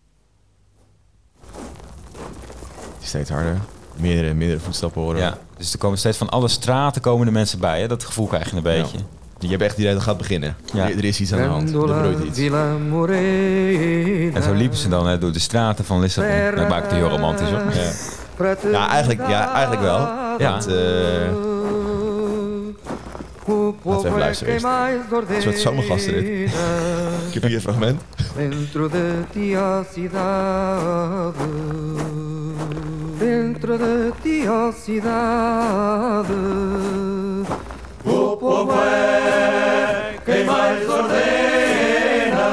Het is steeds harder. Meerdere, meerdere voetstappen horen. Ja, dus er komen steeds van alle straten komen de mensen bij. Hè? Dat gevoel krijg je een beetje. Ja. Je hebt echt het idee dat het gaat beginnen. Ja. Er, er is iets aan de hand. Er broeit iets. En zo liepen ze dan hè, door de straten van Lissabon. Dat maakt het heel romantisch hoor. Ja, ja, eigenlijk, ja eigenlijk wel. Ja. Want, uh, laten we even luisteren eerst. Een soort zomergasten dit. Ik heb hier een fragment. Dentro de ti a cidade, dentro de ti a cidade, o povo é quem mais ordena,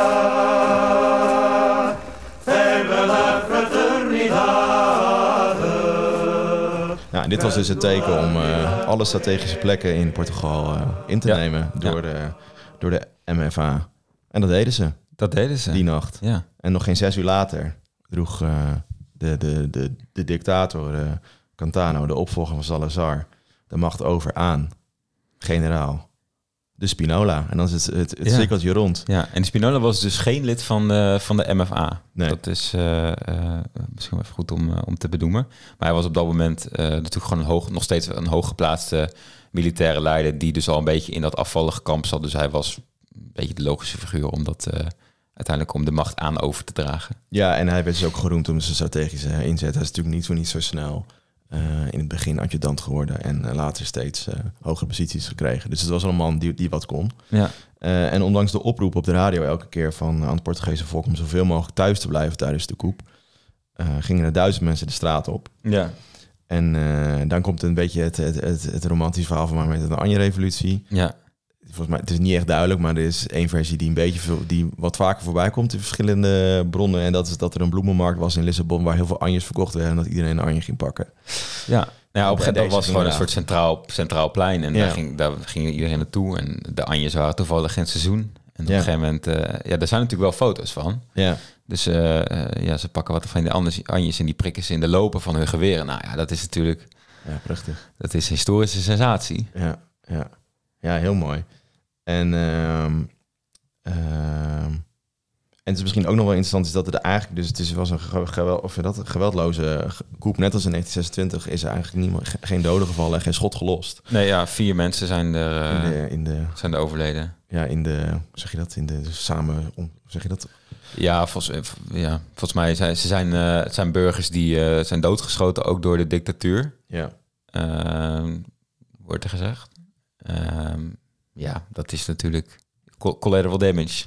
serve la fraternidade. Nou, dit was dus het teken om uh, alle strategische plekken in Portugal uh, in te ja. nemen door, ja. de, door de M F A. En dat deden ze. Dat deden ze. Die nacht. Ja. En nog geen zes uur later droeg uh, de, de, de, de dictator uh, Cantano, de opvolger van Salazar, de macht over aan generaal de Spinola. En dan is het, het, het ja. cirkeltje rond. Ja, en de Spinola was dus geen lid van de, van de M F A. Nee. Dat is uh, uh, misschien wel even goed om, uh, om te benoemen. Maar hij was op dat moment uh, natuurlijk gewoon een hoog, nog steeds een hooggeplaatste militaire leider die dus al een beetje in dat afvallige kamp zat. Dus hij was een beetje de logische figuur om dat uh, uiteindelijk om de macht aan over te dragen. Ja, en hij werd dus ook geroemd om zijn strategische inzet. Hij is natuurlijk niet zo niet zo snel uh, in het begin adjudant geworden en uh, later steeds uh, hogere posities gekregen. Dus het was al een man die, die wat kon. Ja. Uh, en ondanks de oproep op de radio elke keer van uh, aan het Portugese volk om zoveel mogelijk thuis te blijven tijdens de coup, uh, gingen er duizend mensen de straat op. Ja. En uh, dan komt een beetje het, het, het, het romantische verhaal van maar met de Anje-revolutie. Ja. volgens mij, het is niet echt duidelijk, maar er is één versie die een beetje veel, die wat vaker voorbij komt in verschillende bronnen. En dat is dat er een bloemenmarkt was in Lissabon waar heel veel anjes verkocht werden en dat iedereen een anje ging pakken. Ja, nou ja, op een gegeven moment was het gewoon een inderdaad. soort centraal, centraal plein. En ja. daar, ging, daar ging iedereen naartoe. En de anjes waren toevallig geen seizoen. En op ja. een gegeven moment, uh, ja, daar zijn natuurlijk wel foto's van. Ja. Dus uh, uh, ja, ze pakken wat van die andere anjes en die prikken ze in de lopen van hun geweren. Nou ja, dat is natuurlijk... Ja, prachtig. Dat is een historische sensatie. Ja, ja. Ja, heel mooi. En, um, um, en het is misschien ook nog wel interessant is dat het eigenlijk... Dus het is, was een, geweld, of dat, een geweldloze coup. Net als in negentien zesentwintig is er eigenlijk niemand, geen doden gevallen en geen schot gelost. Nee, ja, vier mensen zijn er, uh, in de, in de, zijn er overleden. Ja, in de... Hoe zeg je dat? In de dus samen... Hoe zeg je dat? Ja, volgens, ja, volgens mij zijn ze zijn, uh, het zijn burgers die uh, zijn doodgeschoten ook door de dictatuur. Ja. Uh, wordt er gezegd. Uh, ja, dat is natuurlijk collateral damage.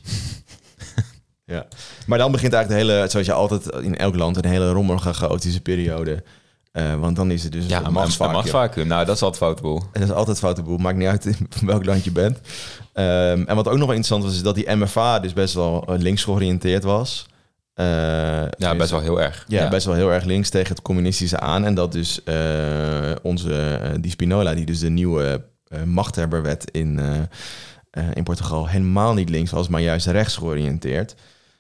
Ja, maar dan begint eigenlijk de hele, zoals je altijd in elk land, een hele rommelige, chaotische periode. Uh, want dan is het dus ja, een machtsvacuum. Nou, dat is altijd foute boel. En dat is altijd foute boel. Maakt niet uit in welk land je bent. Um, en wat ook nog wel interessant was, is dat die M F A dus best wel links georiënteerd was. Uh, ja, best wel heel erg. Ja, ja, best wel heel erg links tegen het communistische aan. En dat dus uh, onze, uh, die Spinola, die dus de nieuwe uh, machthebber werd in, uh, uh, in Portugal, helemaal niet links was, maar juist rechts georiënteerd.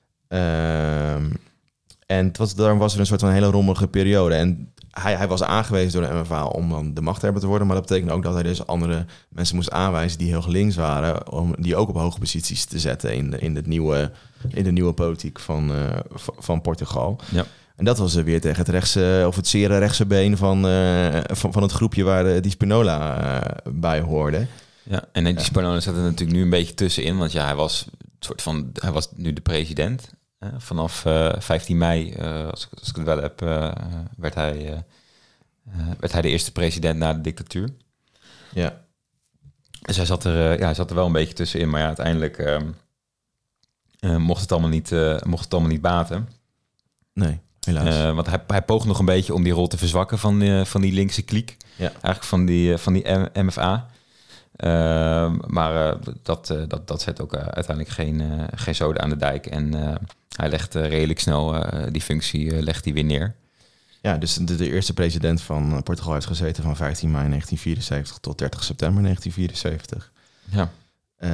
Uh, en het was, daarom was er een soort van hele rommelige periode. En hij, hij was aangewezen door de M F A om dan de machthebber te worden. Maar dat betekende ook dat hij dus andere mensen moest aanwijzen die heel links waren, om die ook op hoge posities te zetten in de, in het nieuwe, in de nieuwe politiek van, uh, van Portugal. Ja. En dat was weer tegen het rechtse, of het zere rechtse been van, uh, van, van het groepje waar de, die Spinola uh, bij hoorde. Ja, en die Spinola zat er natuurlijk nu een beetje tussenin, want ja, hij was soort van, hij was nu de president. Uh, vanaf uh, vijftien mei, uh, als, ik, als ik het wel heb, uh, werd, hij, uh, uh, werd hij de eerste president na de dictatuur. Ja. Dus hij zat er, uh, ja, hij zat er wel een beetje tussenin, maar ja, uiteindelijk uh, uh, mocht, het allemaal niet, uh, mocht het allemaal niet baten. Nee, helaas. Uh, want hij, hij poogt nog een beetje om die rol te verzwakken van, uh, van die linkse kliek. Ja. Eigenlijk van die, uh, van die M F A. Uh, maar uh, dat, uh, dat, dat zet ook uh, uiteindelijk geen, uh, geen zoden aan de dijk. En uh, hij legt uh, redelijk snel uh, die functie uh, legt hij weer neer. Ja, dus de, de eerste president van Portugal heeft gezeten van vijftien mei negentien vierenzeventig tot dertig september negentien vierenzeventig. Ja. Uh,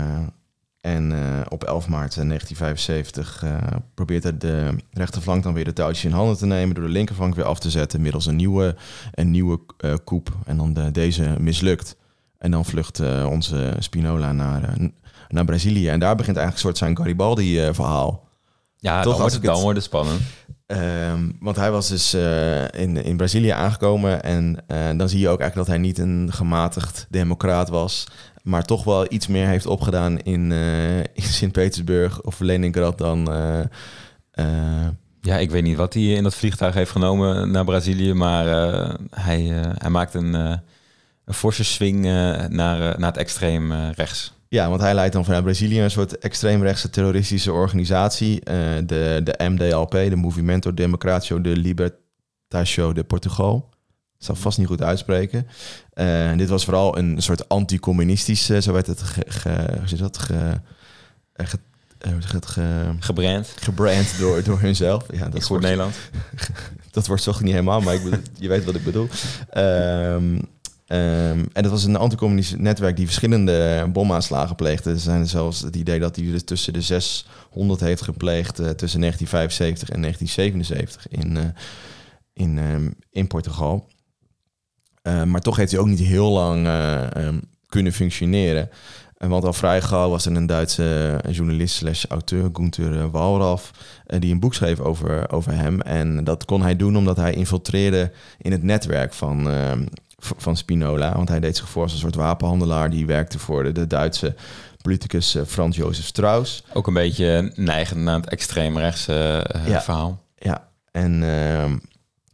en uh, op elf maart negentien vijfenzeventig uh, probeert hij de rechterflank dan weer de touwtjes in handen te nemen door de linkerflank weer af te zetten middels een nieuwe, een nieuwe uh, coup. En dan de, deze mislukt. En dan vlucht uh, onze Spinola naar, uh, naar Brazilië. En daar begint eigenlijk een soort zijn Garibaldi-verhaal. Ja, Toch, dan, wordt het, dan wordt het spannend. Um, want hij was dus uh, in, in Brazilië aangekomen. En uh, dan zie je ook eigenlijk dat hij niet een gematigd democraat was. Maar toch wel iets meer heeft opgedaan in, uh, in Sint-Petersburg of Leningrad dan... Uh, uh, ja, ik weet niet wat hij in dat vliegtuig heeft genomen naar Brazilië. Maar uh, hij, uh, hij maakt een... Uh, een forse swing uh, naar, uh, naar het extreem uh, rechts. Ja, want hij leidt dan vanuit Brazilië een soort extreemrechtse terroristische organisatie. Uh, de, de M D L P, de Movimento Democrático de Libertação de Portugal. Ik zal vast niet goed uitspreken. Uh, dit was vooral een soort anticommunistisch, uh, zo werd het ge, ge, hoe zit dat, ge, ge, uh, ge, ge, gebrand. Gebrand door, door hunzelf. Ja, dat is goed Nederland. Dat wordt toch niet helemaal, maar ik bedoel, je weet wat ik bedoel. Um, Um, en dat was een anticommunistisch netwerk die verschillende bomaanslagen pleegde. Er zijn zelfs het idee dat hij dus tussen de zeshonderd heeft gepleegd uh, tussen negentien vijfenzeventig en negentien zevenenzeventig in, uh, in, um, in Portugal. Uh, maar toch heeft hij ook niet heel lang uh, um, kunnen functioneren. Uh, want al vrij gauw was er een Duitse journalist slash auteur, Gunther Wallraff, uh, die een boek schreef over, over hem. En dat kon hij doen omdat hij infiltreerde in het netwerk van... Uh, van Spinola, want hij deed zich voor als een soort wapenhandelaar. Die werkte voor de, de Duitse politicus uh, Franz Josef Strauss. Ook een beetje neigend naar het extreemrechtse uh, ja, verhaal. Ja, en, uh,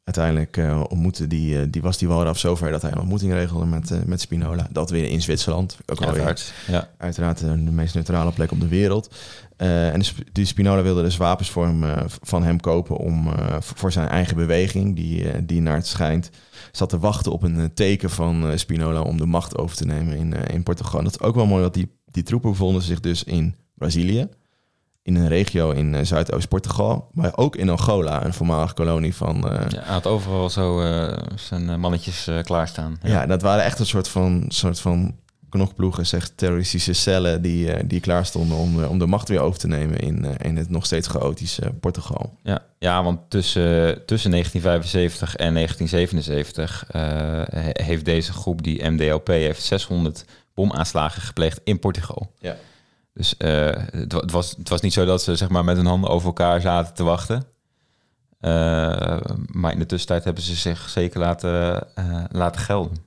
uiteindelijk uh, ontmoette die, uh, die was die Walraff zover dat hij een ontmoeting regelde met, uh, met Spinola. Dat weer in Zwitserland. Ook ja, alweer, ja. Uiteraard uh, de meest neutrale plek op de wereld. Uh, en die Spinola wilde dus wapens voor hem, uh, van hem kopen om, uh, voor zijn eigen beweging, die, uh, die naar het schijnt zat te wachten op een teken van uh, Spinola om de macht over te nemen in, uh, in Portugal. En dat is ook wel mooi, want die, die troepen bevonden zich dus in Brazilië, in een regio in uh, Zuidoost-Portugal, maar ook in Angola, een voormalige kolonie van... Uh, ja, hij had overal zo uh, zijn mannetjes uh, klaarstaan. Ja. ja, dat waren echt een soort van, soort van knokploegen, zeg, terroristische cellen die, uh, die klaar stonden om, uh, om de macht weer over te nemen in, uh, in het nog steeds chaotische Portugal. Ja, ja, want tussen, tussen negentien vijfenzeventig en negentien zevenenzeventig uh, heeft deze groep, die M D L P, heeft zeshonderd bomaanslagen gepleegd in Portugal. Ja. Dus uh, het, het, was, het was niet zo dat ze zeg maar met hun handen over elkaar zaten te wachten. Uh, maar in de tussentijd hebben ze zich zeker laten, uh, laten gelden.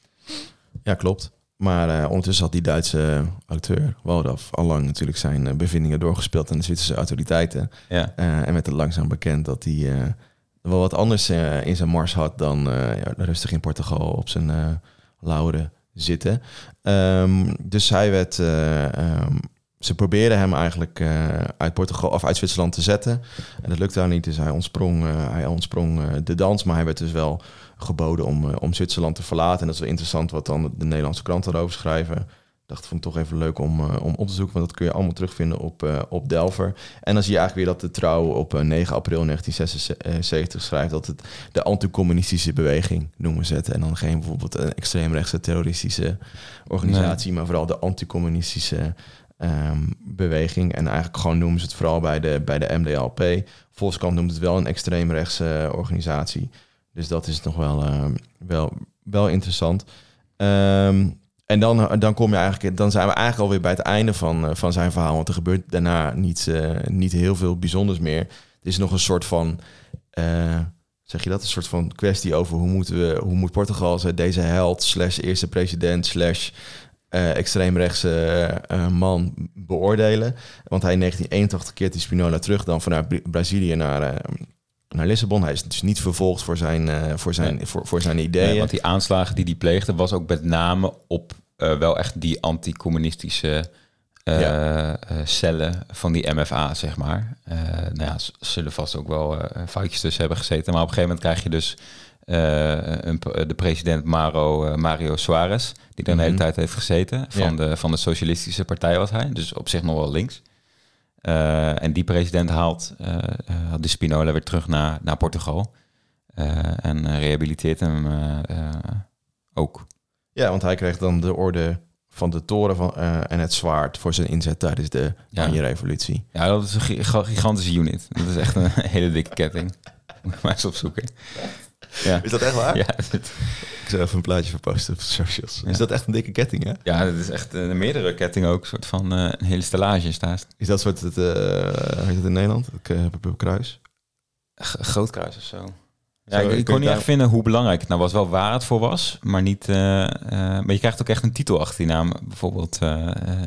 Ja, klopt. Maar uh, ondertussen had die Duitse auteur Walraff al lang natuurlijk zijn uh, bevindingen doorgespeeld aan de Zwitserse autoriteiten. Ja. Uh, en werd het langzaam bekend dat hij uh, wel wat anders uh, in zijn mars had dan uh, ja, rustig in Portugal op zijn uh, lauren zitten. Um, dus hij werd... Uh, um, Ze probeerden hem eigenlijk uh, uit Portugal of uit Zwitserland te zetten. En dat lukte daar niet, dus hij ontsprong, uh, hij ontsprong uh, de dans. Maar hij werd dus wel geboden om, uh, om Zwitserland te verlaten. En dat is wel interessant wat dan de Nederlandse kranten erover schrijven. Ik dacht, vond ik toch even leuk om, uh, om op te zoeken. Want dat kun je allemaal terugvinden op, uh, op Delver. En dan zie je eigenlijk weer dat de Trouw op uh, negen april negentien zesenzeventig schrijft... dat het de anticommunistische beweging noemen zetten. En dan geen bijvoorbeeld een extreemrechtse terroristische organisatie... Nee. maar vooral de anticommunistische... Um, beweging. En eigenlijk gewoon noemen ze het vooral bij de, bij de M D L P. Volkskamp noemt het wel een extreemrechtse uh, organisatie. Dus dat is nog wel, uh, wel, wel interessant. Um, en dan, dan, kom je eigenlijk, dan zijn we eigenlijk alweer bij het einde van, uh, van zijn verhaal. Want er gebeurt daarna niet, uh, niet heel veel bijzonders meer. Het is nog een soort van... Uh, zeg je dat? Een soort van kwestie over hoe, moeten we, hoe moet Portugal deze held... slash eerste president slash... Uh, extreemrechtse uh, man beoordelen. Want hij in negentien eenentachtig keert die Spinola terug... dan vanuit Bra- Brazilië naar, uh, naar Lissabon. Hij is dus niet vervolgd voor zijn, uh, voor zijn, nee. voor, voor zijn ideeën. Nee, want die aanslagen die hij pleegde... was ook met name op uh, wel echt die anticommunistische... Uh, ja. uh, cellen van die M F A, zeg maar. Uh, nou ja, z- zullen vast ook wel uh, foutjes tussen hebben gezeten. Maar op een gegeven moment krijg je dus... Uh, een, de president Maro, uh, Mario Soares, die daar mm-hmm. de hele tijd heeft gezeten. Van, ja. de, van de Socialistische Partij was hij. Dus op zich nog wel links. Uh, en die president haalt uh, uh, de Spinola weer terug naar, naar Portugal. Uh, en uh, rehabiliteert hem uh, uh, ook. Ja, want hij kreeg dan de orde van de toren van, uh, en het zwaard... voor zijn inzet tijdens de Oranje-revolutie. Ja. ja, dat is een gigantische unit. Dat is echt een hele dikke ketting. Moet je maar eens opzoeken. Ja. Is dat echt waar? Ja. Het... Ik zou even een plaatje van posten op socials. Ja. Is dat echt een dikke ketting, hè? Ja, dat is echt een meerdere ketting ook. Een soort van uh, een hele stellage staat. Is dat soort, het, uh, heet het in Nederland? Het uh, kruis? G- groot kruis of zo. Ja, zo, ik, ik kon niet daar... echt vinden hoe belangrijk het nou was. Wel waar het voor was, maar niet... Uh, uh, maar je krijgt ook echt een titel achter die naam. Bijvoorbeeld uh,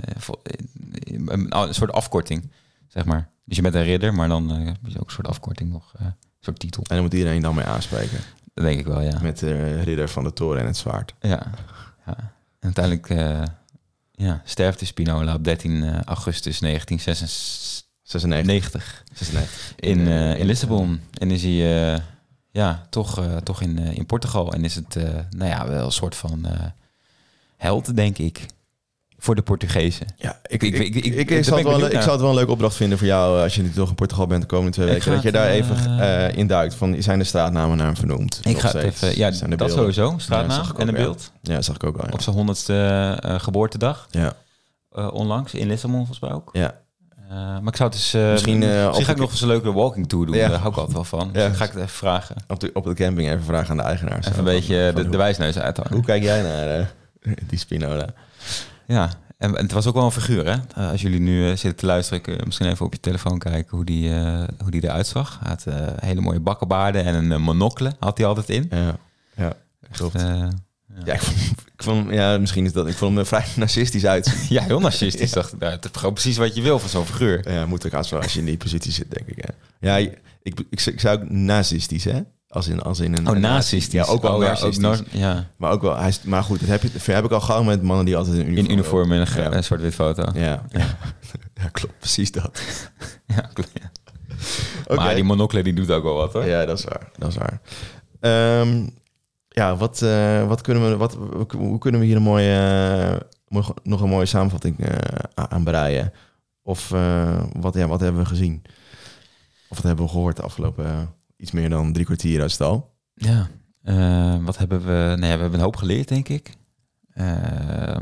uh, een, een soort afkorting, zeg maar. Dus je bent een ridder, maar dan uh, heb je ook een soort afkorting nog... Uh, soort titel. En dan moet iedereen dan mee aanspreken. Dat denk ik wel, ja. Met de uh, ridder van de toren en het zwaard. Ja. ja. En uiteindelijk uh, ja, sterft Spinola op dertien augustus negentien zesennegentig in, uh, in Lissabon. En is hij uh, ja, toch, uh, toch in, uh, in Portugal. En is het uh, nou ja, wel een soort van uh, held, denk ik. Voor de Portugezen. Ja, ik, ik, ik, ik, ik, ik, zou, het wel, ik zou het wel een leuke opdracht vinden voor jou... als je nu toch in Portugal bent de komende twee weken... dat je daar uh, even uh, in duikt. Van, zijn de straatnamen naar hem vernoemd? Ik ga het even... Ja, dat beelden? Sowieso. Straatnaam ja, en een beeld. Ja, dat zag ik ook wel. Ja. Op zijn honderdste uh, geboortedag. Ja. Uh, onlangs. In Lissabon volgens mij ook. Ja. Uh, maar ik zou het dus... Uh, misschien uh, misschien ga ik nog eens een leuke walking tour doen. Ja. Daar hou ik altijd wel van. Dus ja. Dan ga ik het even vragen. Op de, op de camping even vragen aan de eigenaar. Even een beetje van, de, de wijsneus uithangen. Hoe kijk jij naar uh, die Spinola? Ja. En het was ook wel een figuur, hè? Uh, als jullie nu uh, zitten te luisteren, kun je misschien even op je telefoon kijken hoe die, uh, hoe die eruit zag. Hij had uh, hele mooie bakkenbaarden en een uh, monocle had hij altijd in. Ja, ja klopt. Uh, ja, ja ik, vond, ik vond ja, misschien is dat. Ik vond hem vrij narcistisch uit. Ja, heel narcistisch. Ja. Dacht ik. Nou, het is gewoon precies wat je wil van zo'n figuur. Ja, moet ook als, als je in die positie zit, denk ik. Hè. Ja, ik, ik, ik, ik zou ook nazistisch, hè? Als in, als in een... Oh, narcistisch. Ja, ook wel oh, narcistisch. Ja, ook nar- ja. Maar ook wel... Hij is, maar goed, dat heb, je, heb ik al gauw met mannen die altijd in uniform... In uniform en een, ja. een zwart-wit foto. Ja. Ja. Ja, klopt. Precies dat. Ja, klopt. Ja. Okay. Maar die monocle die doet ook wel wat, hoor. Ja, dat is waar. Dat is waar. Um, ja, wat, uh, wat kunnen we... Wat, hoe kunnen we hier een mooie... Uh, nog een mooie samenvatting uh, aan breien? Of uh, wat, ja, wat hebben we gezien? Of wat hebben we gehoord de afgelopen... Uh, iets meer dan drie kwartier uit stal? Ja, uh, wat hebben we... Nou ja, we hebben een hoop geleerd, denk ik. Uh,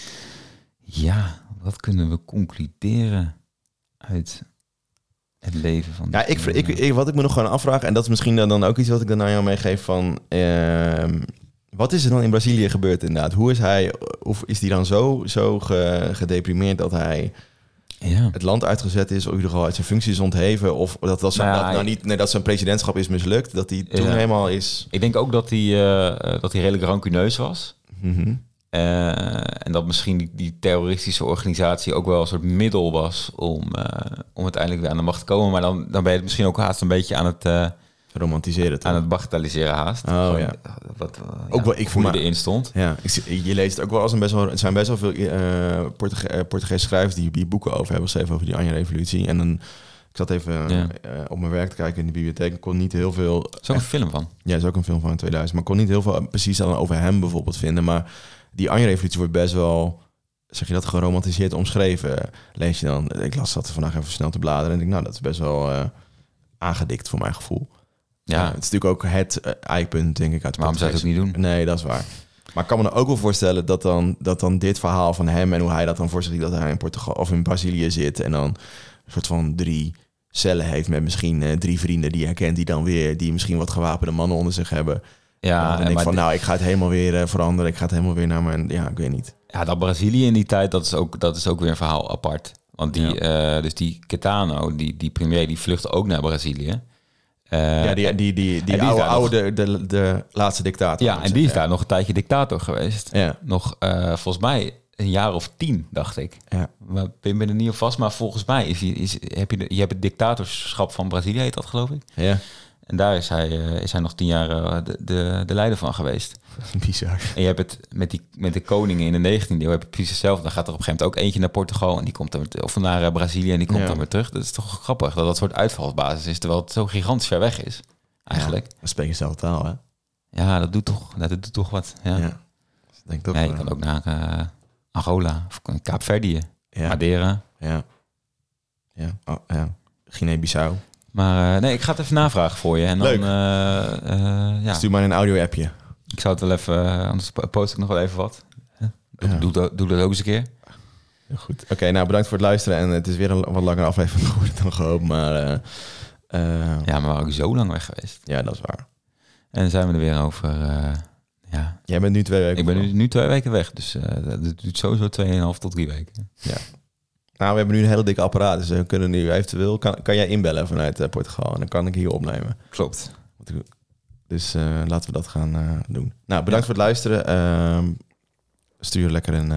ja, wat kunnen we concluderen uit het leven van... Ja, ik, ik, ik, wat ik me nog gewoon afvraag... en dat is misschien dan, dan ook iets wat ik dan aan jou meegeef van... Uh, wat is er dan in Brazilië gebeurd inderdaad? Hoe is hij... Of is hij dan zo, zo ge, gedeprimeerd dat hij... Ja. Het land uitgezet is, of in ieder geval uit zijn functie is ontheven, of dat, dat, zijn, nou, dat, nou niet, nee, dat zijn presidentschap is mislukt, dat hij toen ja. helemaal is... Ik denk ook dat hij, uh, dat hij redelijk rancuneus was. Mm-hmm. Uh, en dat misschien die, die terroristische organisatie ook wel een soort middel was om, uh, om uiteindelijk weer aan de macht te komen. Maar dan, dan ben je het misschien ook haast een beetje aan het... Uh, romantiseren, toch? Aan het bagatelliseren haast. Oh, Van, ja. Wat, uh, ook ja, wel, ik hoe maar, je erin stond. Ja, ik, je leest het ook wel als een best wel... Het zijn best wel veel uh, Portuge- Portugese schrijvers die, die boeken over hebben geschreven over die Anja-revolutie. En dan... Ik zat even ja. uh, op mijn werk te kijken in de bibliotheek. Ik kon niet heel veel... Er is ook een film van. Ja, er is ook een film van in tweeduizend. Maar ik kon niet heel veel precies dan over hem bijvoorbeeld vinden. Maar die Anja-revolutie wordt best wel... Zeg je dat, geromantiseerd omschreven. Lees je dan... Ik las dat vandaag even snel te bladeren. En ik denk, nou, dat is best wel uh, aangedikt voor mijn gevoel. Ja, uh, het is natuurlijk ook het uh, eikpunt, denk ik, uit de Waarom zou je het ook niet doen? Nee, dat is waar. Maar ik kan me dan ook wel voorstellen dat dan, dat dan dit verhaal van hem... en hoe hij dat dan voor zich ziet, dat hij in Portugal of in Brazilië zit... en dan een soort van drie cellen heeft met misschien uh, drie vrienden die hij kent... die dan weer, die misschien wat gewapende mannen onder zich hebben. Ja, en dan denk ik van, nou, ik ga het helemaal weer uh, veranderen. Ik ga het helemaal weer naar mijn... Ja, ik weet niet. Ja, dat Brazilië in die tijd, dat is ook, dat is ook weer een verhaal apart. Want die, ja. uh, dus die Caetano, die, die premier, die vluchtte ook naar Brazilië... Uh, ja, die, die, die, die, die oude, oude nog, de, de, de laatste dictator. Ja, en die is ja. daar nog een tijdje dictator geweest. Ja. Nog, uh, volgens mij, een jaar of tien, dacht ik. Ja. Maar ik ben er niet op vast, maar volgens mij is, is, heb je, de, je hebt het dictatorschap van Brazilië, heet dat, geloof ik. Ja. En daar is hij, uh, is hij nog tien jaar uh, de, de, de leider van geweest. Bizar. En je hebt het met, die, met de koningen in de negentiende eeuw, heb je precies hetzelfde. Dan gaat er op een gegeven moment ook eentje naar Portugal en die komt dan weer, of naar uh, Brazilië en die komt ja. dan weer terug. Dat is toch grappig dat dat soort uitvalsbasis is, terwijl het zo gigantisch ver weg is. Eigenlijk. Ja, we spreken dezelfde taal, hè? Ja, dat doet toch, dat doet toch wat. Ja, ja. Denk toch, ja je uh, kan ook naar uh, Angola of Kaapverdië, ja. Madeira. Ja, ja. Oh, ja. Guinea-Bissau. Maar uh, nee, ik ga het even navragen voor je. En Leuk. Dan, uh, uh, ja. Stuur maar een audio-appje. Ik zou het wel even, uh, anders post ik nog wel even wat. Doe, ja. doe, doe, doe dat ook eens een keer. Heel goed. Oké, okay, nou bedankt voor het luisteren. En het is weer een wat langere aflevering geworden dan gehoopt, maar... Uh, Uh, ja, maar we waren ook zo lang weg geweest. Ja, dat is waar. En dan zijn we er weer over... Uh, ja. Jij bent nu twee weken Ik ben nu, nu twee weken weg, dus uh, dat duurt sowieso tweeënhalf tot drie weken. Ja. Nou, we hebben nu een hele dikke apparaat, dus we kunnen nu eventueel... Kan, kan jij inbellen vanuit uh, Portugal en dan kan ik hier opnemen. Klopt. Dus uh, laten we dat gaan uh, doen. Nou, bedankt ja. voor het luisteren. Uh, stuur lekker een... Uh,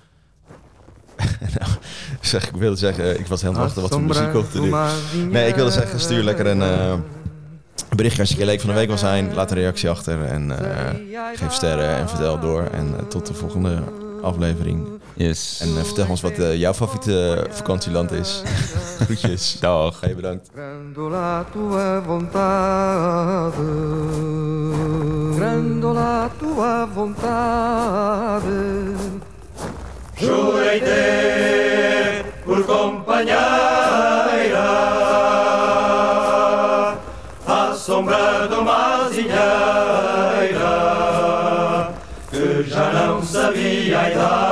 nou, zeg, ik wilde zeggen, ik was helemaal wachten wat voor muziek op te doen. Nee, ik wilde zeggen, stuur lekker een uh, berichtje als je keer leek van de week wil zijn. Laat een reactie achter en uh, geef sterren en vertel door. En uh, tot de volgende aflevering. Yes. En uh, vertel ons wat uh, jouw favoriete vakantieland is. Groetjes. Dag. Hey, bedankt. Grandola tua vontade, grandola tua vontade. Jurei-te por companheira, à sombra de uma azinheira, que já não sabia a idade.